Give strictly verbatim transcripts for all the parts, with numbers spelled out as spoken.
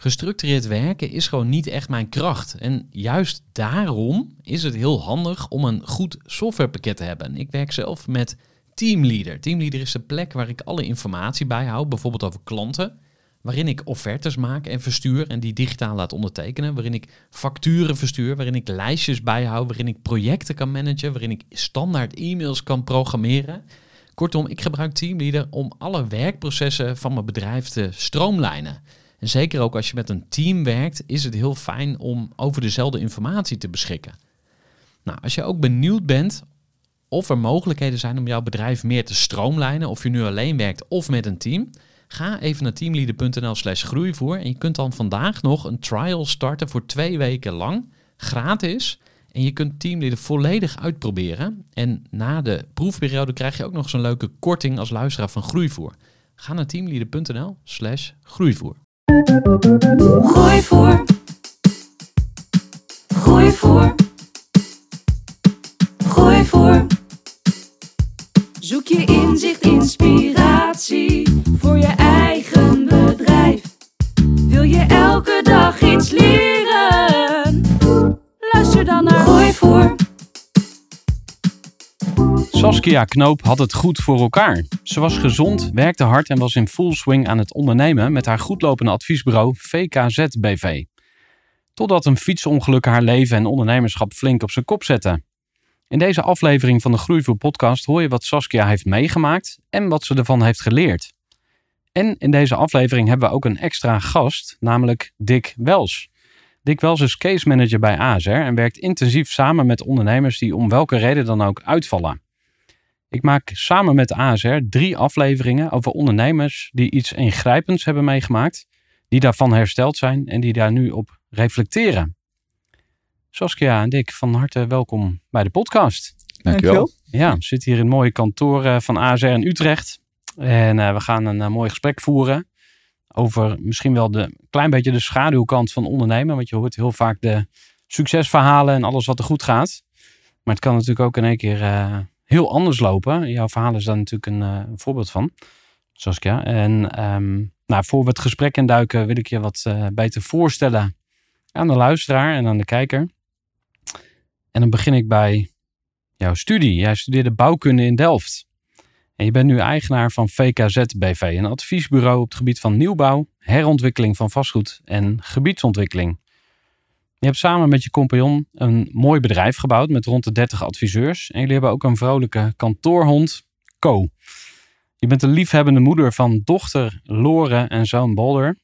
Gestructureerd werken is gewoon niet echt mijn kracht. En juist daarom is het heel handig om een goed softwarepakket te hebben. Ik werk zelf met Teamleader. Teamleader is de plek waar ik alle informatie bijhoud, bijvoorbeeld over klanten, waarin ik offertes maak en verstuur en die digitaal laat ondertekenen, waarin ik facturen verstuur, waarin ik lijstjes bijhoud, waarin ik projecten kan managen, waarin ik standaard e-mails kan programmeren. Kortom, ik gebruik Teamleader om alle werkprocessen van mijn bedrijf te stroomlijnen. En zeker ook als je met een team werkt, is het heel fijn om over dezelfde informatie te beschikken. Nou, als je ook benieuwd bent of er mogelijkheden zijn om jouw bedrijf meer te stroomlijnen, of je nu alleen werkt of met een team, ga even naar teamleader.nl slash groeivoer en je kunt dan vandaag nog een trial starten voor twee weken lang, gratis. En je kunt Teamleader volledig uitproberen. En na de proefperiode krijg je ook nog zo'n leuke korting als luisteraar van Groeivoer. Ga naar teamleader.nl slash groeivoer. Groeivoer. Groeivoer. Groeivoer. Zoek je inzicht, inspiratie voor je eigen bedrijf. Wil je elke dag iets leren? Luister dan naar Groeivoer. Saskia Knoop had het goed voor elkaar. Ze was gezond, werkte hard en was in full swing aan het ondernemen met haar goedlopende adviesbureau V K Z B V. Totdat een fietsongeluk haar leven en ondernemerschap flink op zijn kop zette. In deze aflevering van de Groeivoer podcast hoor je wat Saskia heeft meegemaakt en wat ze ervan heeft geleerd. En in deze aflevering hebben we ook een extra gast, namelijk Dick Wels. Dick Wels is case manager bij A S R en werkt intensief samen met ondernemers die om welke reden dan ook uitvallen. Ik maak samen met A S R drie afleveringen over ondernemers die iets ingrijpends hebben meegemaakt, die daarvan hersteld zijn en die daar nu op reflecteren. Saskia en Dick, van harte welkom bij de podcast. Dankjewel. Ja, we zitten hier in het mooie kantoor van A S R in Utrecht. En uh, we gaan een uh, mooi gesprek voeren over misschien wel een klein beetje de schaduwkant van ondernemen. Want je hoort heel vaak de succesverhalen en alles wat er goed gaat. Maar het kan natuurlijk ook in één keer uh, heel anders lopen. Jouw verhaal is daar natuurlijk een, uh, een voorbeeld van, Saskia. En um, nou, voor we het gesprek induiken wil ik je wat uh, beter voorstellen aan de luisteraar en aan de kijker. En dan begin ik bij jouw studie. Jij studeerde bouwkunde in Delft. En je bent nu eigenaar van V K Z B V, een adviesbureau op het gebied van nieuwbouw, herontwikkeling van vastgoed en gebiedsontwikkeling. Je hebt samen met je compagnon een mooi bedrijf gebouwd met rond de dertig adviseurs. En jullie hebben ook een vrolijke kantoorhond, Co. Je bent een liefhebbende moeder van dochter Lore en zoon Balder.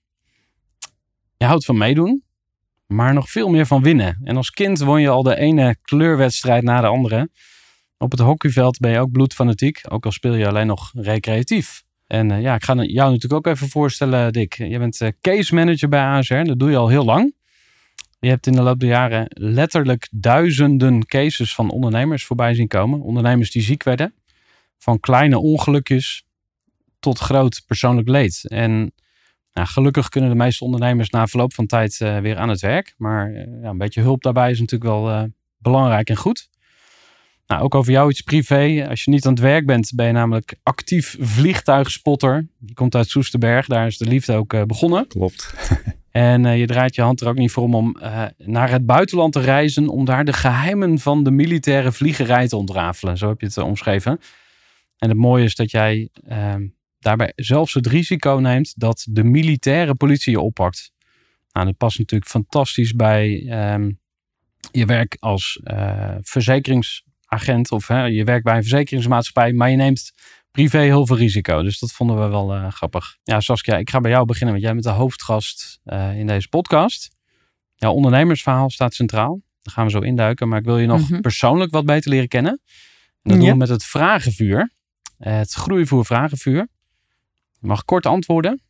Je houdt van meedoen, maar nog veel meer van winnen. En als kind won je al de ene kleurwedstrijd na de andere. Op het hockeyveld ben je ook bloedfanatiek, ook al speel je alleen nog recreatief. En uh, ja, ik ga jou natuurlijk ook even voorstellen, Dick. Je bent uh, case manager bij A S R, dat doe je al heel lang. Je hebt in de loop der jaren letterlijk duizenden cases van ondernemers voorbij zien komen. Ondernemers die ziek werden, van kleine ongelukjes tot groot persoonlijk leed. En nou, gelukkig kunnen de meeste ondernemers na verloop van tijd uh, weer aan het werk. Maar uh, ja, een beetje hulp daarbij is natuurlijk wel uh, belangrijk en goed. Nou, ook over jou iets privé. Als je niet aan het werk bent, ben je namelijk actief vliegtuigspotter. Je komt uit Soesterberg, daar is de liefde ook uh, begonnen. Klopt. En uh, je draait je hand er ook niet voor om, om uh, naar het buitenland te reizen, om daar de geheimen van de militaire vliegerij te ontrafelen. Zo heb je het uh, omschreven. En het mooie is dat jij uh, daarbij zelfs het risico neemt dat de militaire politie je oppakt. Nou, dat past natuurlijk fantastisch bij um, je werk als uh, verzekeringsagent of hè, je werkt bij een verzekeringsmaatschappij, maar je neemt privé heel veel risico. Dus dat vonden we wel uh, grappig. Ja, Saskia, ik ga bij jou beginnen, want jij bent de hoofdgast uh, in deze podcast. Jouw ondernemersverhaal staat centraal. Daar gaan we zo induiken, maar ik wil je nog mm-hmm. persoonlijk wat beter leren kennen. En dat ja. doen we met het vragenvuur. Het groeivoer vragenvuur. Je mag kort antwoorden.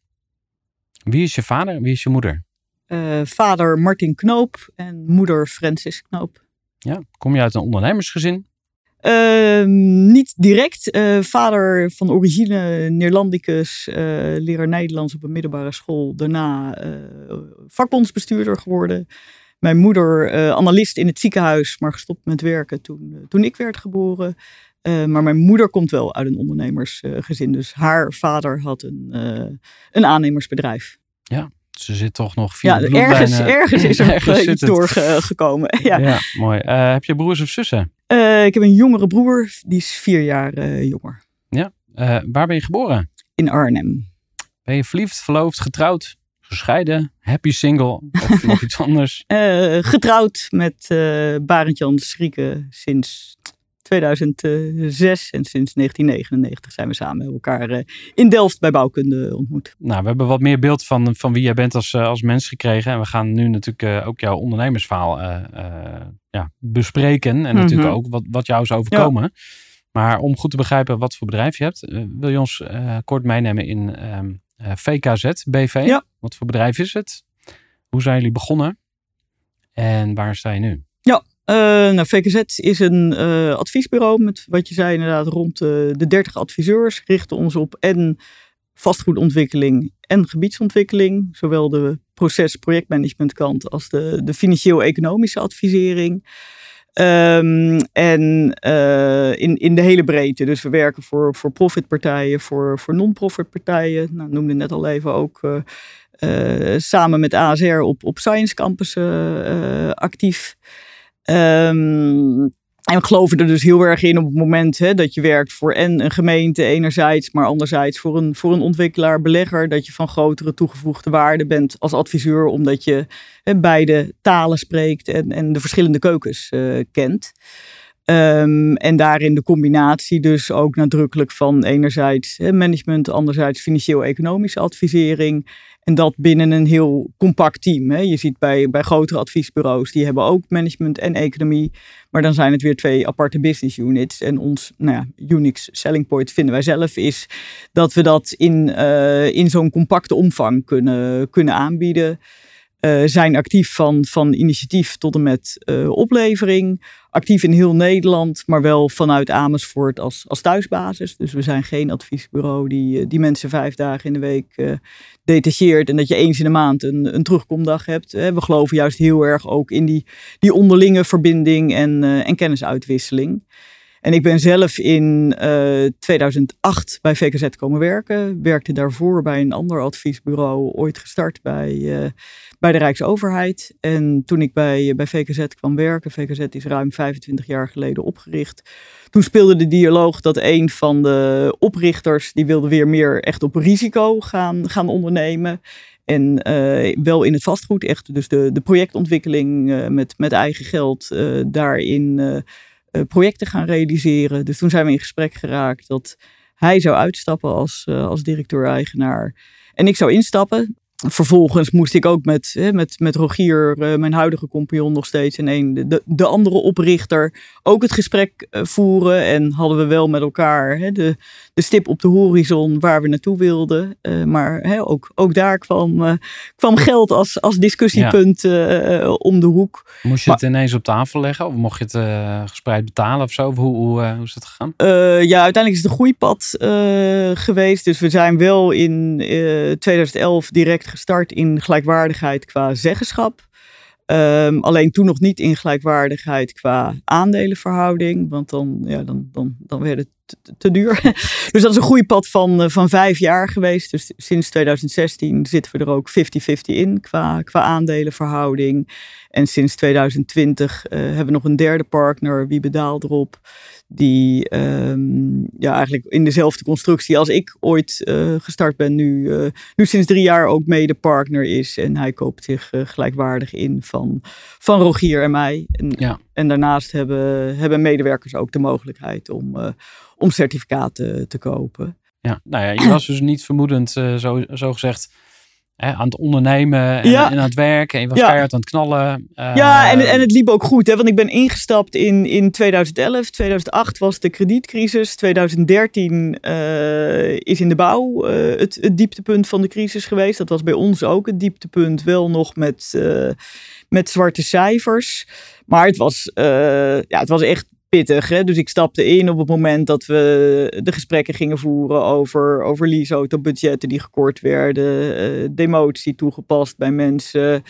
Wie is je vader en wie is je moeder? Uh, vader Martin Knoop en moeder Francis Knoop. Ja, kom je uit een ondernemersgezin? Uh, niet direct. Uh, vader van origine Neerlandicus, uh, leraar Nederlands op een middelbare school. Daarna uh, vakbondsbestuurder geworden. Mijn moeder uh, analist in het ziekenhuis, maar gestopt met werken toen, uh, toen ik werd geboren. Uh, maar mijn moeder komt wel uit een ondernemersgezin. Uh, dus haar vader had een, uh, een aannemersbedrijf. Ja, ze zit toch nog via Ja, de bloedlijnen. ergens, ergens is er nog Ergens uh, zit iets het. doorgekomen. Ja. Ja, mooi. Uh, heb je broers of zussen? Uh, ik heb een jongere broer, die is vier jaar uh, jonger. Ja. Uh, waar ben je geboren? In Arnhem. Ben je verliefd, verloofd, getrouwd, gescheiden, happy single of nog iets anders? Uh, getrouwd met uh, Barend-Jan Schrieke sinds tweeduizend zes en sinds negentien negenennegentig zijn we samen elkaar uh, in Delft bij bouwkunde ontmoet. Nou, we hebben wat meer beeld van, van wie jij bent als, uh, als mens gekregen. En we gaan nu natuurlijk uh, ook jouw ondernemersverhaal uh, uh, ja, bespreken. En mm-hmm. natuurlijk ook wat, wat jou is overkomen. Ja. Maar om goed te begrijpen wat voor bedrijf je hebt, uh, wil je ons uh, kort meenemen in um, uh, V K Z B V? Ja. Wat voor bedrijf is het? Hoe zijn jullie begonnen? En waar sta je nu? Ja. Uh, nou, V K Z is een uh, adviesbureau met wat je zei inderdaad rond uh, de dertig adviseurs. Richten ons op en vastgoedontwikkeling en gebiedsontwikkeling. Zowel de proces-projectmanagementkant als de, de financieel-economische advisering. Um, en uh, in, in de hele breedte. Dus we werken voor, voor profitpartijen, voor, voor non-profit partijen. Nou, noemde net al even ook uh, uh, samen met A S R op, op science campussen uh, actief. Um, en we geloven er dus heel erg in op het moment hè, dat je werkt voor en een gemeente enerzijds, maar anderzijds voor een, voor een ontwikkelaar, belegger, dat je van grotere toegevoegde waarde bent als adviseur, omdat je hè, beide talen spreekt en, en de verschillende keukens uh, kent. Um, en daarin de combinatie dus ook nadrukkelijk van enerzijds hè, management, anderzijds financieel-economische advisering. En dat binnen een heel compact team. Hè. Je ziet bij, bij grotere adviesbureaus, die hebben ook management en economie. Maar dan zijn het weer twee aparte business units. En ons nou ja, unique selling point vinden wij zelf is dat we dat in, uh, in zo'n compacte omvang kunnen, kunnen aanbieden. Uh, zijn actief van, van initiatief tot en met uh, oplevering. Actief in heel Nederland, maar wel vanuit Amersfoort als, als thuisbasis. Dus we zijn geen adviesbureau die, die mensen vijf dagen in de week uh, detacheert. En dat je eens in de maand een, een terugkomdag hebt. We geloven juist heel erg ook in die, die onderlinge verbinding en, uh, en kennisuitwisseling. En ik ben zelf in uh, tweeduizend acht bij V K Z komen werken. Werkte daarvoor bij een ander adviesbureau, ooit gestart bij, uh, bij de Rijksoverheid. En toen ik bij, bij V K Z kwam werken, V K Z is ruim vijfentwintig jaar geleden opgericht. Toen speelde de dialoog dat een van de oprichters, die wilde weer meer echt op risico gaan, gaan ondernemen. En uh, wel in het vastgoed, echt dus de, de projectontwikkeling uh, met, met eigen geld uh, daarin uh, uh, projecten gaan realiseren. Dus toen zijn we in gesprek geraakt dat hij zou uitstappen als, uh, als directeur-eigenaar. En ik zou instappen. Vervolgens moest ik ook met, hè, met, met Rogier, uh, mijn huidige compagnon nog steeds, en een, de, de andere oprichter, ook het gesprek uh, voeren. En hadden we wel met elkaar hè, de, de stip op de horizon waar we naartoe wilden. Uh, maar hè, ook, ook daar kwam, uh, kwam geld als, als discussiepunt uh, uh, om de hoek. Moest je maar, het ineens op tafel leggen? Of mocht je het uh, gespreid betalen of zo? Hoe, hoe, uh, hoe is dat gegaan? Uh, ja, uiteindelijk is het een groeipad uh, geweest. Dus we zijn wel in uh, tweeduizend elf direct gestart in gelijkwaardigheid qua zeggenschap. Um, alleen toen nog niet in gelijkwaardigheid qua aandelenverhouding. Want dan, ja, dan, dan, dan werd het te, te duur. Dus dat is een groeipad van, van vijf jaar geweest. Dus sinds tweeduizend zestien zitten we er ook vijftig vijftig in qua, qua aandelenverhouding. En sinds tweeduizend twintig uh, hebben we nog een derde partner, Wiebe Daaldrop. Die um, ja, eigenlijk in dezelfde constructie als ik ooit uh, gestart ben, nu, uh, nu sinds drie jaar ook mede partner is. En hij koopt zich uh, gelijkwaardig in van, van Rogier en mij. En, ja. en daarnaast hebben, hebben medewerkers ook de mogelijkheid om, uh, om certificaten te kopen. Ja, nou ja, je was dus niet vermoedend, uh, zo, zo gezegd, hè, aan het ondernemen en, ja. en aan het werken. En je was ja. keihard aan het knallen. Uh, ja, en, en het liep ook goed. Hè, want ik ben ingestapt in, in tweeduizend elf. tweeduizend acht was de kredietcrisis. tweeduizend dertien uh, is in de bouw uh, het, het dieptepunt van de crisis geweest. Dat was bij ons ook het dieptepunt. Wel nog met, uh, met zwarte cijfers. Maar het was, uh, ja, het was echt pittig. Hè? Dus ik stapte in op het moment dat we de gesprekken gingen voeren over, over leaseautobudgetten die gekort werden. Uh, demotie toegepast bij mensen.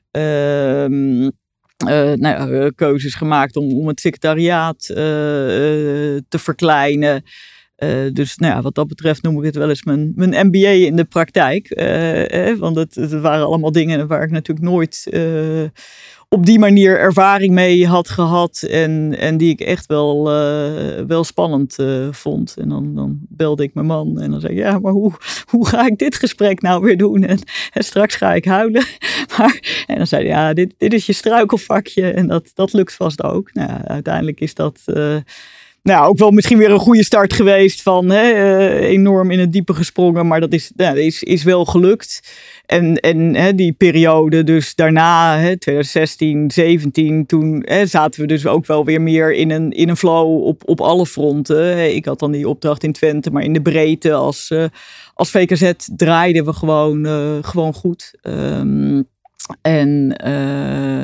Uh, uh, nou ja, keuzes gemaakt om, om het secretariaat uh, uh, te verkleinen. Uh, dus nou ja, wat dat betreft noem ik het wel eens mijn, mijn M B A in de praktijk. Uh, eh, want het, het waren allemaal dingen waar ik natuurlijk nooit uh, op die manier ervaring mee had gehad. En, en die ik echt wel, uh, wel spannend uh, vond. En dan, dan belde ik mijn man en dan zei ik, ja, maar hoe, hoe ga ik dit gesprek nou weer doen? En, en straks ga ik huilen. Maar, en dan zei hij, ja, dit, dit is je struikelvakje en dat, dat lukt vast ook. Nou ja, uiteindelijk is dat... Uh, Nou, ook wel misschien weer een goede start geweest van hè, uh, enorm in het diepe gesprongen, maar dat is, nou, is, is wel gelukt. En, en hè, die periode dus daarna, hè, twintig zestien, zeventien, toen hè, zaten we dus ook wel weer meer in een, in een flow op, op alle fronten. Ik had dan die opdracht in Twente, maar in de breedte als, uh, als V K Z draaiden we gewoon, uh, gewoon goed. Um, en... Uh,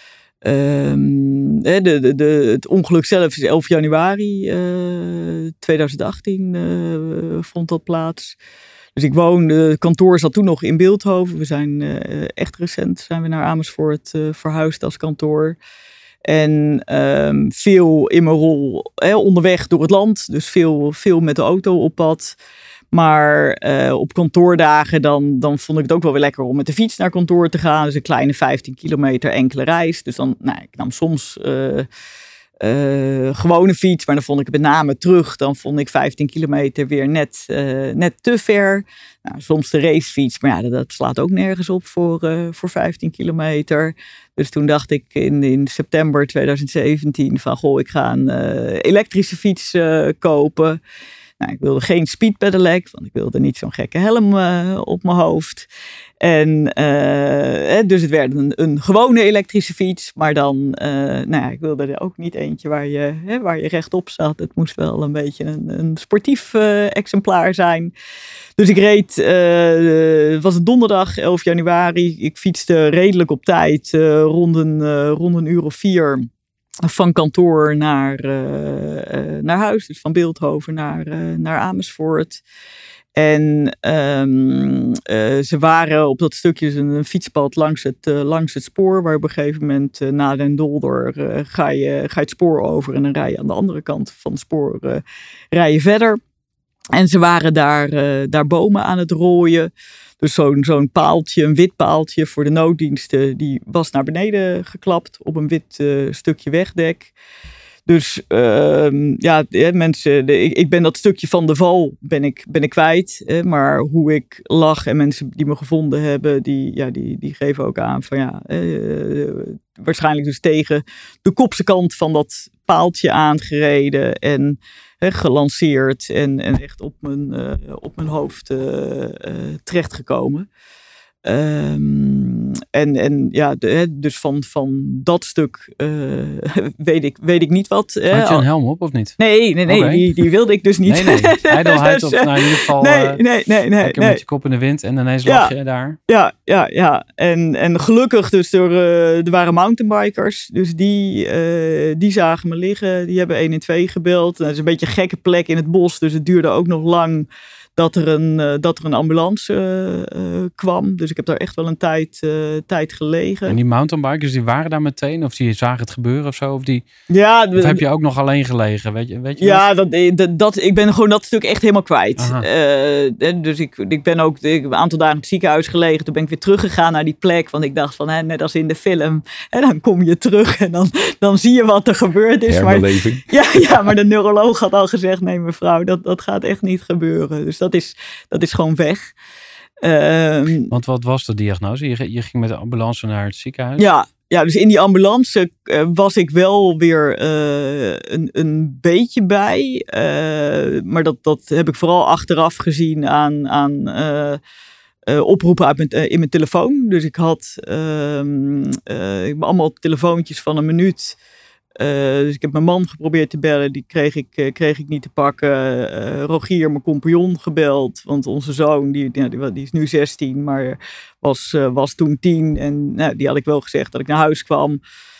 Um, de, de, de, het ongeluk zelf is elf januari uh, twintig achttien uh, vond dat plaats. Dus ik woonde, het kantoor zat toen nog in Bilthoven. We zijn uh, echt recent zijn we naar Amersfoort uh, verhuisd als kantoor. En um, veel in mijn rol hè, onderweg door het land. Dus veel, veel met de auto op pad. Maar uh, op kantoordagen dan, dan vond ik het ook wel weer lekker om met de fiets naar kantoor te gaan. Dus een kleine vijftien kilometer enkele reis. Dus dan, nou, ik nam soms uh, uh, gewone fiets, maar dan vond ik het met name terug. Dan vond ik vijftien kilometer weer net, uh, net te ver. Nou, soms de racefiets, maar ja, dat, dat slaat ook nergens op voor, uh, voor vijftien kilometer. Dus toen dacht ik in, in september twintig zeventien van, goh, ik ga een uh, elektrische fiets uh, kopen. Nou, ik wilde geen speed pedelec, want ik wilde niet zo'n gekke helm uh, op mijn hoofd. En uh, dus het werd een, een gewone elektrische fiets, maar dan, uh, nou ja, ik wilde er ook niet eentje waar je, hè, waar je rechtop zat. Het moest wel een beetje een, een sportief uh, exemplaar zijn. Dus ik reed, uh, het was een donderdag, elf januari. Ik fietste redelijk op tijd, uh, rond, een, uh, rond een uur of vier. Van kantoor naar, uh, uh, naar huis, dus van Bilthoven naar, uh, naar Amersfoort. En um, uh, ze waren op dat stukje een, een fietspad langs het, uh, langs het spoor, waar op een gegeven moment uh, na Den Dolder uh, ga, je, ga je het spoor over en dan rij je aan de andere kant van het spoor uh, rij je verder. En ze waren daar, uh, daar bomen aan het rooien. Dus zo'n, zo'n paaltje, een wit paaltje voor de nooddiensten, die was naar beneden geklapt op een wit uh, stukje wegdek. Dus uh, ja, mensen, de, ik, ik ben dat stukje van de val ben ik, ben ik kwijt. Hè, maar hoe ik lag en mensen die me gevonden hebben, die, ja, die, die geven ook aan van ja, uh, waarschijnlijk dus tegen de kopse kant van dat paaltje aangereden en hè, gelanceerd en, en echt op mijn, uh, op mijn hoofd uh, uh, terechtgekomen. Um, en, en ja, de, dus van, van dat stuk uh, weet, ik, weet ik niet wat. Had je een helm op of niet? Nee, nee, nee okay. die, die wilde ik dus niet. Nee, nee. Ijdelheid dus, of nou, in ieder geval nee, nee, nee, nee, nee, lekker met je kop in de wind en ineens lag ja, je daar. Ja, ja, ja. En, en gelukkig dus er, uh, er waren mountainbikers. Dus die, uh, die zagen me liggen. Die hebben één en twee gebeld. Dat is een beetje een gekke plek in het bos. Dus het duurde ook nog lang dat er een, uh, dat er een ambulance uh, uh, kwam. Dus ik heb daar echt wel een tijd, uh, tijd gelegen. En die mountainbikers, die waren daar meteen? Of die zagen het gebeuren of zo? Of, die, ja, of heb je ook nog alleen gelegen? Weet je, weet je ja, dat, dat, dat, ik ben gewoon dat stuk echt helemaal kwijt. Uh, dus ik, ik ben ook ik heb een aantal dagen in het ziekenhuis gelegen. Toen ben ik weer teruggegaan naar die plek. Want ik dacht van, hè, net als in de film. En dan kom je terug en dan, dan zie je wat er gebeurd is. Herbeleving. Maar, ja, ja, maar de neuroloog had al gezegd, nee mevrouw, dat, dat gaat echt niet gebeuren. Dus dat is, dat is gewoon weg. Um, Want wat was de diagnose? Je, je ging met de ambulance naar het ziekenhuis? Ja, ja dus in die ambulance uh, was ik wel weer uh, een, een beetje bij. Uh, maar dat, dat heb ik vooral achteraf gezien aan, aan uh, uh, oproepen uit mijn, uh, in mijn telefoon. Dus ik had uh, uh, ik heb allemaal telefoontjes van een minuut. Uh, dus ik heb mijn man geprobeerd te bellen, die kreeg ik, uh, kreeg ik niet te pakken. Uh, Rogier, mijn compagnon, gebeld. Want onze zoon, die, die, die is nu zestien, maar was, uh, was toen tien. En nou, die had ik wel gezegd dat ik naar huis kwam.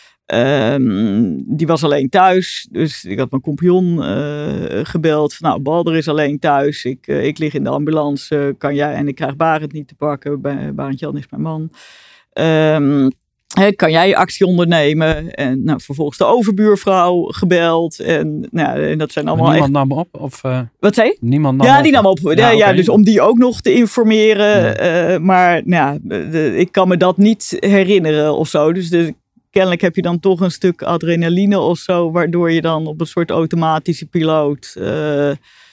Um, die was alleen thuis. Dus ik had mijn compagnon uh, gebeld. Van, nou, Balder is alleen thuis. Ik, uh, ik lig in de ambulance. Uh, kan jij? En ik krijg Barend niet te pakken. Barend Jan is mijn man. Um, Hè, kan jij actie ondernemen? En nou, vervolgens de overbuurvrouw gebeld. En, nou, en dat zijn allemaal niemand echt... nam op? Of, uh, Wat zei je? Niemand nam ja, op. die nam op. Ja, Ja, ja, okay. dus om die ook nog te informeren. Ja. Uh, maar nou, de, ik kan me dat niet herinneren of zo. Dus de, kennelijk heb je dan toch een stuk adrenaline of zo. Waardoor je dan op een soort automatische piloot... Uh,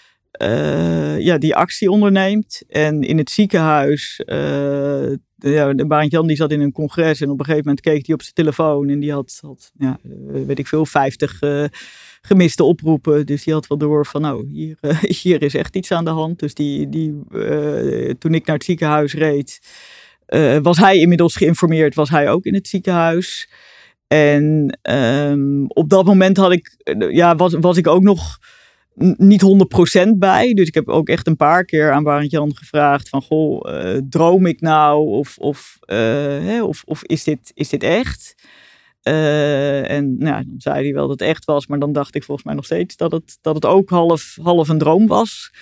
uh, ja, die actie onderneemt. En in het ziekenhuis... Uh, de, ja, de Barend Jan die zat in een congres. En op een gegeven moment keek hij op zijn telefoon. En die had, had ja, weet ik veel, vijftig... Uh, gemiste oproepen. Dus die had wel door van nou, hier, uh, hier is echt iets aan de hand. Dus die, die, uh, toen ik naar het ziekenhuis reed, uh, was hij inmiddels geïnformeerd. Was hij ook in het ziekenhuis. En um, op dat moment had ik, uh, ja, was, was ik ook nog n- niet honderd procent bij. Dus ik heb ook echt een paar keer aan Barend Jan gevraagd van goh, uh, droom ik nou? Of, of, uh, hè, of, of is, dit, is dit echt? Uh, en nou, dan zei hij wel dat het echt was, maar dan dacht ik volgens mij nog steeds dat het, dat het ook half, half een droom was.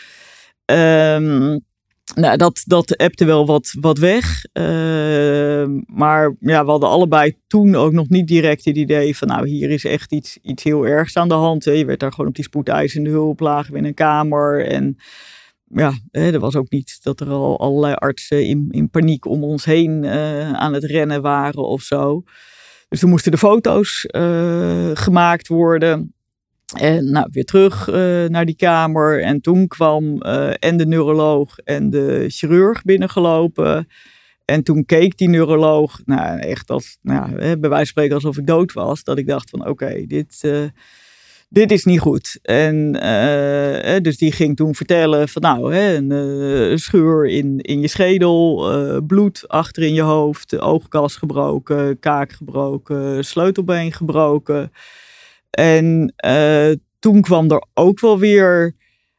Um, nou, dat, dat appte wel wat, wat weg. Uh, maar ja, we hadden allebei toen ook nog niet direct het idee van nou, hier is echt iets, iets heel ergs aan de hand. Hè. Je werd daar gewoon op die spoedeisende hulp, lagen we in een kamer en... Ja, er was ook niet dat er al allerlei artsen in, in paniek om ons heen uh, aan het rennen waren of zo. Dus toen moesten de foto's uh, gemaakt worden. En nou, weer terug uh, naar die kamer. En toen kwam uh, en de neuroloog en de chirurg binnengelopen. En toen keek die neuroloog, nou echt als, nou, bij wijze van spreken alsof ik dood was. Dat ik dacht van oké, okay, dit... Uh, Dit is niet goed. En uh, dus die ging toen vertellen van nou, hè, een uh, scheur in, in je schedel, uh, bloed achter in je hoofd, oogkas gebroken, kaak gebroken, sleutelbeen gebroken. En uh, toen kwam er ook wel weer,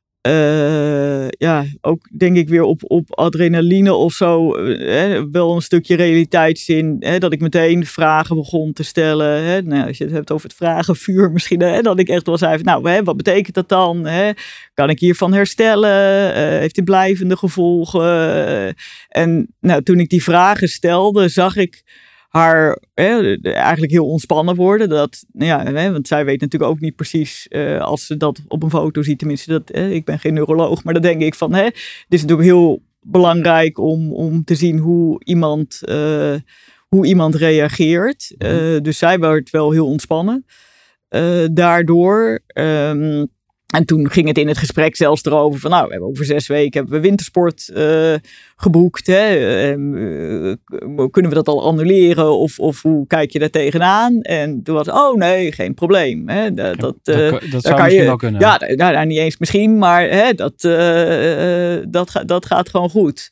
uh, ja, ook denk ik weer op, op adrenaline of zo, hè, wel een stukje realiteitszin, hè, dat ik meteen vragen begon te stellen. Hè. Nou, als je het hebt over het vragenvuur misschien, hè, dat ik echt wel zei van, nou, hè, wat betekent dat dan? Hè? Kan ik hiervan herstellen? Uh, heeft dit blijvende gevolgen? Uh, en nou, toen ik die vragen stelde, zag ik haar hè, eigenlijk heel ontspannen worden. Dat, ja, hè, want zij weet natuurlijk ook niet precies, uh, als ze dat op een foto ziet, tenminste, dat, hè, ik ben geen neuroloog, maar dan denk ik van, hè, het is natuurlijk heel belangrijk om, om te zien hoe iemand, uh, hoe iemand reageert. Uh, dus zij werd wel heel ontspannen uh, daardoor. Um, En toen ging het in het gesprek zelfs erover van nou, we hebben over zes weken hebben we wintersport uh, geboekt. Hè? Uh, kunnen we dat al annuleren of, of hoe kijk je daar tegenaan? En toen was oh nee, geen probleem. Hè? Dat, dat, uh, dat, dat zou misschien je, wel kunnen. Ja, nou, nou, niet eens misschien, maar hè, dat, uh, uh, dat, ga, dat gaat gewoon goed.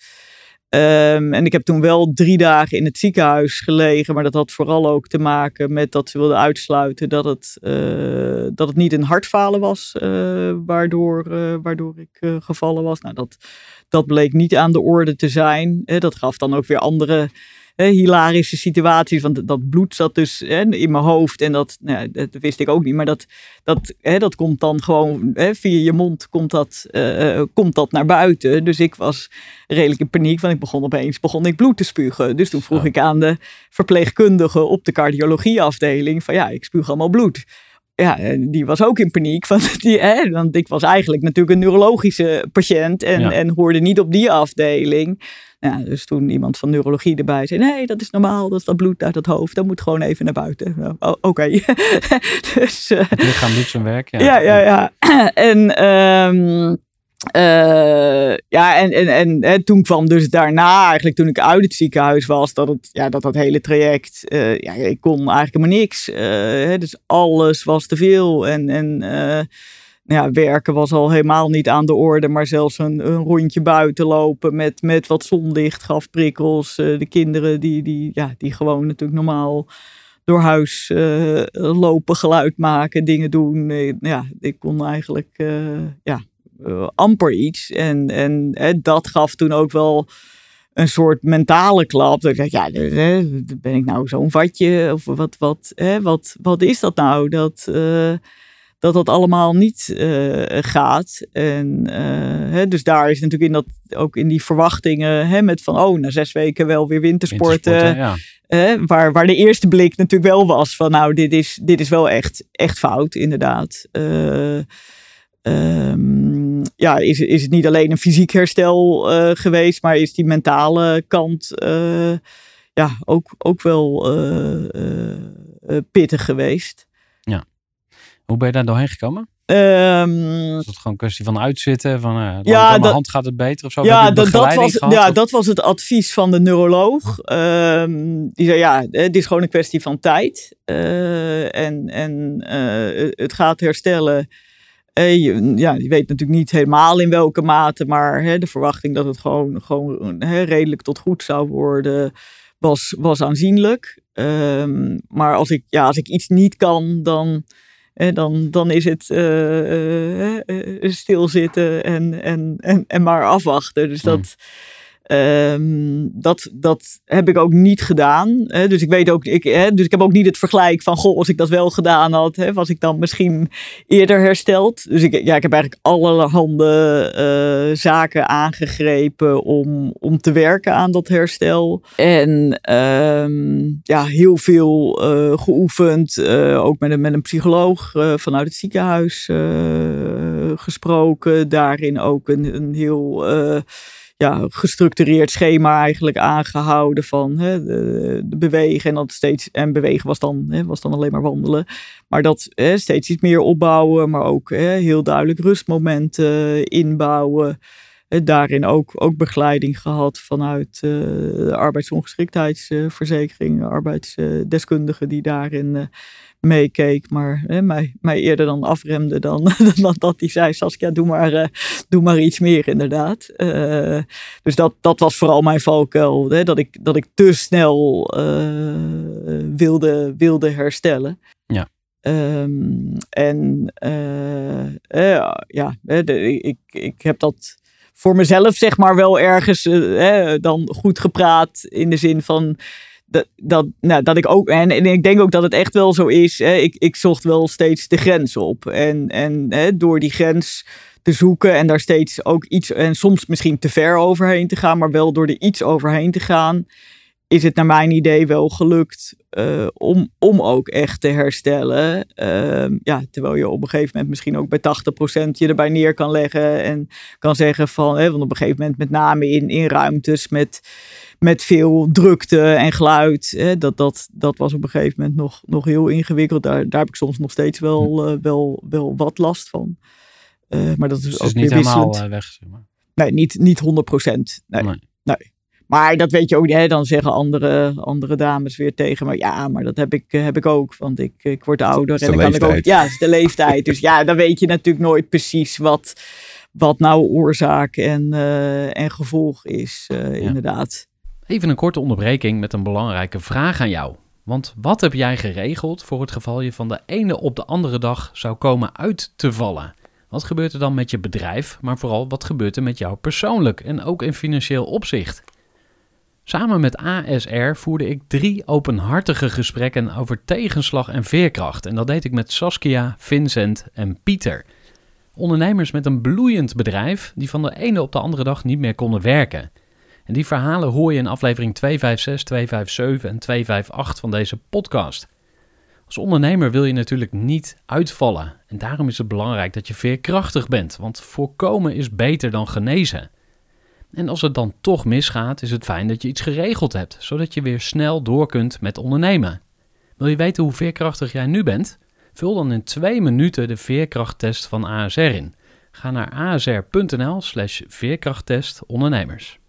Um, en ik heb toen wel drie dagen in het ziekenhuis gelegen. Maar dat had vooral ook te maken met dat ze wilden uitsluiten dat het, uh, dat het niet een hartfalen was. Uh, waardoor, uh, waardoor ik uh, gevallen was. Nou, dat, dat bleek niet aan de orde te zijn. Uh, dat gaf dan ook weer andere uh, hilarische situaties. Want dat bloed zat dus uh, in mijn hoofd. En dat, nou, dat wist ik ook niet. Maar dat, dat, uh, dat komt dan gewoon uh, via je mond komt dat, uh, komt dat naar buiten. Dus ik was redelijk in paniek, want ik begon opeens begon ik bloed te spugen. Dus toen vroeg ja. ik aan de verpleegkundige op de cardiologieafdeling van ja, ik spuug allemaal bloed. Ja, die was ook in paniek, want, die, hè, want ik was eigenlijk natuurlijk een neurologische patiënt en, ja. en hoorde niet op die afdeling. Ja, dus toen iemand van neurologie erbij zei, nee, dat is normaal, dat is dat bloed uit het hoofd, dat moet gewoon even naar buiten. Nou, oh, Oké. Okay. dus, uh, het lichaam doet zijn werk. Ja, ja, ja. ja. en... Um, Uh, ja, en, en, en, en toen kwam dus daarna, eigenlijk toen ik uit het ziekenhuis was, dat het, ja, dat, dat hele traject, uh, ja, ik kon eigenlijk helemaal niks. Uh, hè, dus alles was te veel. En, en uh, ja, werken was al helemaal niet aan de orde, maar zelfs een, een rondje buiten lopen met, met wat zonlicht gaf prikkels. Uh, de kinderen die, die, ja, die gewoon natuurlijk normaal door huis uh, lopen, geluid maken, dingen doen. Uh, ja, ik kon eigenlijk, uh, ja... Uh, amper iets. En, en hè, dat gaf toen ook wel een soort mentale klap. Dat ik dacht, ja, hè, ben ik nou zo'n vatje? Of wat, wat, hè, wat, wat is dat nou? Dat, uh, dat dat allemaal niet uh, gaat. En, uh, hè, dus daar is natuurlijk in dat, ook in die verwachtingen hè, met van, oh, na zes weken wel weer wintersporten. wintersporten ja. Uh, waar, waar de eerste blik natuurlijk wel was van nou, dit is, dit is wel echt, echt fout, inderdaad. Uh, um, ja, is, is het niet alleen een fysiek herstel uh, geweest, maar is die mentale kant uh, ja, ook, ook wel uh, uh, uh, pittig geweest. Ja. Hoe ben je daar doorheen gekomen? Um, is het gewoon een kwestie van uitzitten? Van, uh, ja, aan de dat, hand gaat het beter of zo? Ja, dat, dat, was, gehad, ja dat was het advies van de neuroloog. Um, die zei, ja, het is gewoon een kwestie van tijd. Uh, en en uh, het gaat herstellen. Uh, je, ja, je weet natuurlijk niet helemaal in welke mate. Maar hè, de verwachting dat het gewoon, gewoon hè, redelijk tot goed zou worden, was, was aanzienlijk. Um, maar als ik, ja, als ik iets niet kan, dan... En dan, dan is het uh, uh, uh, stilzitten en, en, en, en maar afwachten. Dus dat, um, dat, dat heb ik ook niet gedaan. Hè. Dus ik weet ook, ik, hè, dus ik heb ook niet het vergelijk van, goh, als ik dat wel gedaan had, hè, was ik dan misschien eerder hersteld. Dus ik, ja, ik heb eigenlijk allerhande uh, zaken aangegrepen om, om te werken aan dat herstel. En um, ja, heel veel uh, geoefend, uh, ook met een, met een psycholoog uh, vanuit het ziekenhuis uh, gesproken. Daarin ook een, een heel... Uh, Ja, gestructureerd schema eigenlijk aangehouden van hè, de, de bewegen. En, dat steeds, en bewegen was dan, hè, was dan alleen maar wandelen. Maar dat hè, steeds iets meer opbouwen. Maar ook hè, heel duidelijk rustmomenten inbouwen. Hè, daarin ook, ook begeleiding gehad vanuit uh, de arbeidsongeschiktheidsverzekering. Arbeidsdeskundigen die daarin uh, meekeek. Maar hè, mij, mij eerder dan afremde dan, dan dat hij zei, Saskia, doe maar, uh, doe maar iets meer inderdaad. Uh, dus dat, dat was vooral mijn valkuil. Hè, dat, ik, dat ik te snel uh, wilde, wilde herstellen. Ja. Um, en uh, uh, ja, de, ik, ik heb dat voor mezelf zeg maar wel ergens uh, dan goed gepraat in de zin van dat, dat, nou, dat ik ook, en, en ik denk ook dat het echt wel zo is, hè, ik, ik zocht wel steeds de grens op en, en hè, door die grens te zoeken en daar steeds ook iets, en soms misschien te ver overheen te gaan, maar wel door er iets overheen te gaan, is het naar mijn idee wel gelukt uh, om, om ook echt te herstellen. Uh, ja, terwijl je op een gegeven moment misschien ook bij tachtig procent je erbij neer kan leggen. En kan zeggen van, hè, want op een gegeven moment met name in, in ruimtes met, met veel drukte en geluid. Hè, dat, dat, dat was op een gegeven moment nog, nog heel ingewikkeld. Daar, daar heb ik soms nog steeds wel, uh, wel, wel wat last van. Uh, maar dat is dus ook is niet weer wisselend. helemaal uh, weg. Zeg maar. Nee, niet, niet honderd procent. Nee, nee. nee. Maar dat weet je ook, hè, dan zeggen andere, andere dames weer tegen me, ja, maar dat heb ik, heb ik ook, want ik, ik word ouder. En dan kan ik ook, ja, het is de leeftijd. Dus ja, dan weet je natuurlijk nooit precies wat, wat nou oorzaak en, uh, en gevolg is, uh, ja. inderdaad. Even een korte onderbreking met een belangrijke vraag aan jou. Want wat heb jij geregeld voor het geval je van de ene op de andere dag zou komen uit te vallen? Wat gebeurt er dan met je bedrijf, maar vooral wat gebeurt er met jou persoonlijk en ook in financieel opzicht? Samen met A S R voerde ik drie openhartige gesprekken over tegenslag en veerkracht. En dat deed ik met Saskia, Vincent en Pieter. Ondernemers met een bloeiend bedrijf die van de ene op de andere dag niet meer konden werken. En die verhalen hoor je in aflevering tweehonderdvijfenzestig, tweehonderdzevenenvijftig en tweehonderdachtenvijftig van deze podcast. Als ondernemer wil je natuurlijk niet uitvallen. En daarom is het belangrijk dat je veerkrachtig bent, want voorkomen is beter dan genezen. En als het dan toch misgaat, is het fijn dat je iets geregeld hebt, zodat je weer snel door kunt met ondernemen. Wil je weten hoe veerkrachtig jij nu bent? Vul dan in twee minuten de veerkrachttest van A S R in. Ga naar asr.nl slash veerkrachttest ondernemers.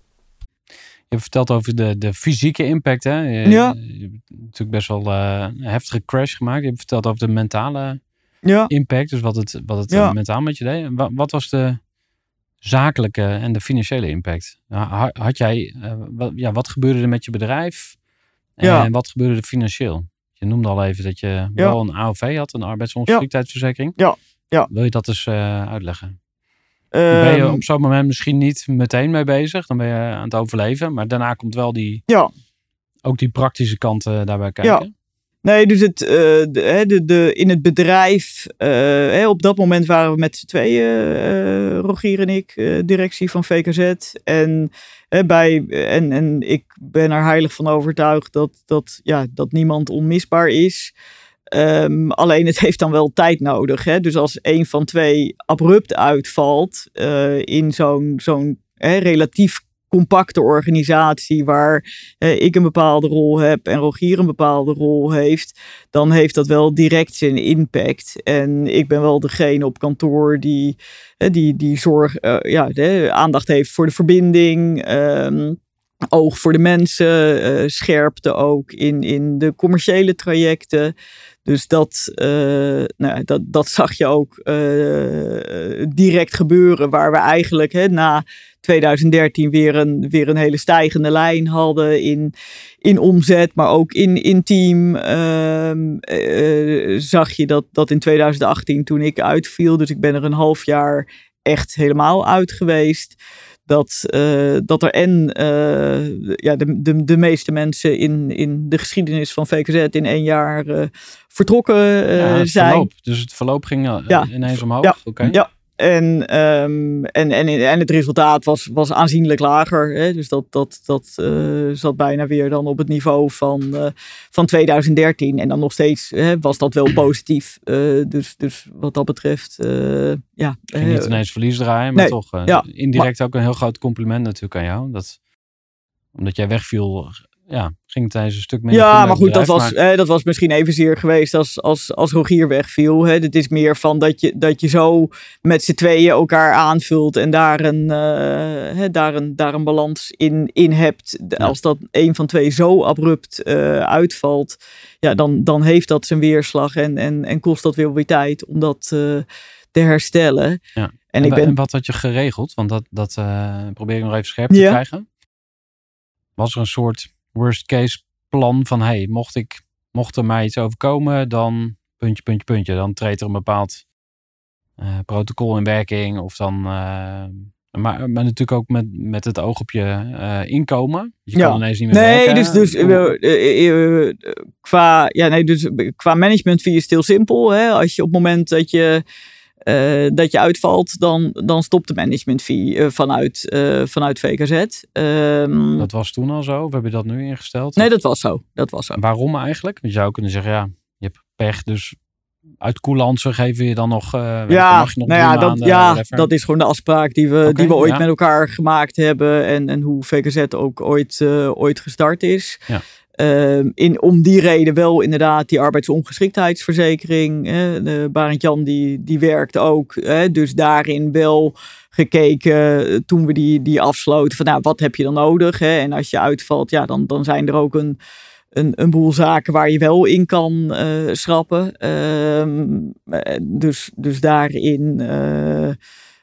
Je hebt verteld over de, de fysieke impact. Hè? Je, ja. je hebt natuurlijk best wel uh, een heftige crash gemaakt. Je hebt verteld over de mentale ja. impact. Dus wat het, wat het ja. uh, mentaal met je deed. Wat, wat was de zakelijke en de financiële impact? Had jij, uh, wat, ja, wat gebeurde er met je bedrijf? En ja. wat gebeurde er financieel? Je noemde al even dat je ja. wel een A O V had, een arbeidsongeschiktheidsverzekering. Ja. Ja. Wil je dat eens uh, uitleggen? Ben je op zo'n moment misschien niet meteen mee bezig. Dan ben je aan het overleven. Maar daarna komt wel die, ja. ook die praktische kant uh, daarbij kijken. Ja. Nee, dus het, uh, de, de, de, in het bedrijf, uh, hè, op dat moment waren we met z'n tweeën, uh, Rogier en ik, uh, directie van V K Z. En hè, bij, en, en ik ben er heilig van overtuigd dat, dat, ja, dat niemand onmisbaar is. Um, alleen het heeft dan wel tijd nodig. Hè? Dus als een van twee abrupt uitvalt uh, in zo'n, zo'n hè, relatief compacte organisatie waar eh, ik een bepaalde rol heb en Rogier een bepaalde rol heeft, dan heeft dat wel direct zijn impact. En ik ben wel degene op kantoor die, eh, die, die zorg, uh, ja, de aandacht heeft voor de verbinding, um, oog voor de mensen, uh, scherpte ook in, in de commerciële trajecten. Dus dat, uh, nou, dat, dat zag je ook uh, direct gebeuren, waar we eigenlijk hè, na twintig dertien weer een, weer een hele stijgende lijn hadden in, in omzet, maar ook in, in team. Uh, uh, zag je dat, dat in twintig achttien, toen ik uitviel, dus ik ben er een half jaar echt helemaal uit geweest. Dat, uh, dat er en uh, ja, de, de, de meeste mensen in, in de geschiedenis van V K Z in één jaar uh, vertrokken uh, ja, het zijn. Verloop. Dus het verloop ging uh, ja. ineens omhoog? Ja, okay. ja. En, um, en, en, en het resultaat was, was aanzienlijk lager. Hè? Dus dat, dat, dat uh, zat bijna weer dan op het niveau van, uh, van twintig dertien. En dan nog steeds hè, was dat wel positief. Uh, dus, dus wat dat betreft... Uh, ja, Ging niet ineens verlies draaien, maar nee, toch uh, ja, indirect maar, ook een heel groot compliment natuurlijk aan jou. Dat, omdat jij wegviel... Ja, ging het tijdens een stuk minder. Ja, maar goed, bedrijf, dat, was, maar... eh, dat was misschien evenzeer geweest als, als, als Rogier wegviel. Hè. Het is meer van dat je, dat je zo met z'n tweeën elkaar aanvult en daar een, uh, hè, daar een, daar een balans in, in hebt. Ja. Als dat een van twee zo abrupt uh, uitvalt, ja, dan, dan heeft dat zijn weerslag en, en, en kost dat weer weer tijd om dat uh, te herstellen. Ja. En, en, ik ben... en wat had je geregeld? Want dat, dat uh, probeer ik nog even scherp te ja. krijgen. Was er een soort worst case plan van hey, mocht ik mocht er mij iets overkomen, dan puntje, puntje, puntje. Dan treedt er een bepaald uh, protocol in werking. Of dan, uh, maar, maar natuurlijk ook met, met het oog op je uh, inkomen. Je ja. kan ineens niet meer nee, werken. Dus, dus, uh, uh, uh, qua, ja, nee, dus qua management vind je het heel simpel. Hè? Als je op het moment dat je Uh, dat je uitvalt, dan, dan stopt de management fee uh, vanuit, uh, vanuit V K Z. Um, dat was toen al zo? Of heb je dat nu ingesteld? Nee, dat was zo. Dat was zo. Waarom eigenlijk? Want je zou kunnen zeggen, ja, je hebt pech, dus uit coulance geven je dan nog, uh, ja, mag je nog nou drie ja, dat, maanden, ja whatever. dat is gewoon de afspraak die we, okay, die we ooit ja. met elkaar gemaakt hebben en, en hoe V K Z ook ooit, uh, ooit gestart is. Ja. Uh, in, om die reden wel inderdaad die arbeidsongeschiktheidsverzekering. Hè. De Barend Jan die, die werkt ook. Hè. Dus daarin wel gekeken toen we die, die afsloten. Van nou, wat heb je dan nodig? Hè? En als je uitvalt, ja, dan, dan zijn er ook een, een, een boel zaken waar je wel in kan uh, schrappen. Uh, dus, dus daarin... Uh,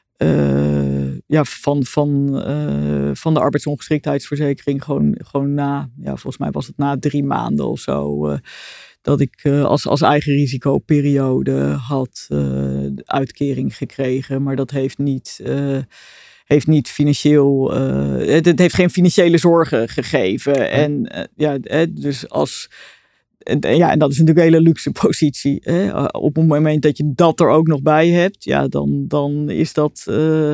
Uh, ja, van, van, uh, van de arbeidsongeschiktheidsverzekering gewoon, gewoon na, ja, volgens mij was het na drie maanden of zo, uh, dat ik uh, als, als eigen risicoperiode had uh, de uitkering gekregen. Maar dat heeft niet, uh, heeft niet financieel, uh, het, het heeft geen financiële zorgen gegeven. Ja. En uh, ja, dus als... En, ja, en dat is natuurlijk een hele luxe positie. Hè? Op het moment dat je dat er ook nog bij hebt, ja, dan, dan is, dat, uh,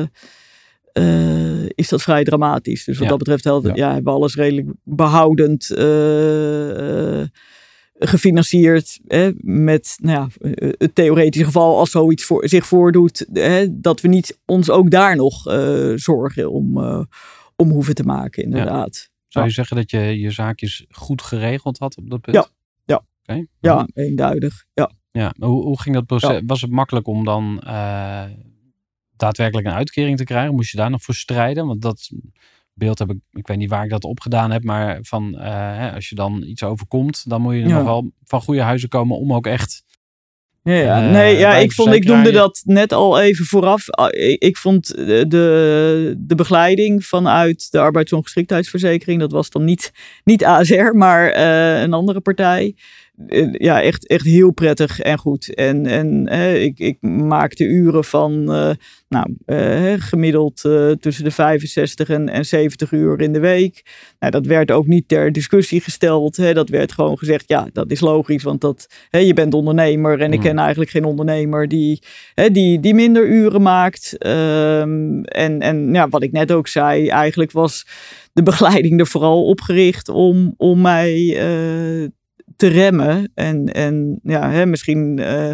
uh, is dat vrij dramatisch. Dus wat ja. dat betreft helpt, ja. Ja, hebben we alles redelijk behoudend uh, uh, gefinancierd. Hè? Met nou ja, het theoretische geval, als zoiets voor, zich voordoet, hè? Dat we niet ons ook daar nog uh, zorgen om, uh, om hoeven te maken, inderdaad. Ja. Zou je ja. zeggen dat je je zaakjes goed geregeld had op dat punt? Ja. Okay. Ja, eenduidig. Ja. Ja, maar hoe, hoe ging dat proces? Ja. Was het makkelijk om dan uh, daadwerkelijk een uitkering te krijgen? Moest je daar nog voor strijden? Want dat beeld heb ik, ik weet niet waar ik dat opgedaan heb, maar van uh, hè, als je dan iets overkomt, dan moet je er ja. nog wel van goede huizen komen om ook echt... Ja, ja. Uh, nee, ja, ik, vond, ik noemde dat net al even vooraf. Ik, ik vond de, de begeleiding vanuit de arbeidsongeschiktheidsverzekering, dat was dan niet, niet A S R, maar uh, een andere partij. Uh, ja, echt, echt heel prettig en goed. En, en uh, ik, ik maakte uren van uh, nou, uh, gemiddeld uh, tussen de vijfenzestig en, en zeventig uur in de week. Nou, dat werd ook niet ter discussie gesteld. Hè. Dat werd gewoon gezegd, ja, dat is logisch, want dat, hè, je bent ondernemer en ik ken eigenlijk geen ondernemer die, hè, die, die minder uren maakt. Um, en en ja, wat ik net ook zei, eigenlijk was de begeleiding er vooral op gericht om, om mij uh, te remmen. En, en ja, hè, misschien... Uh,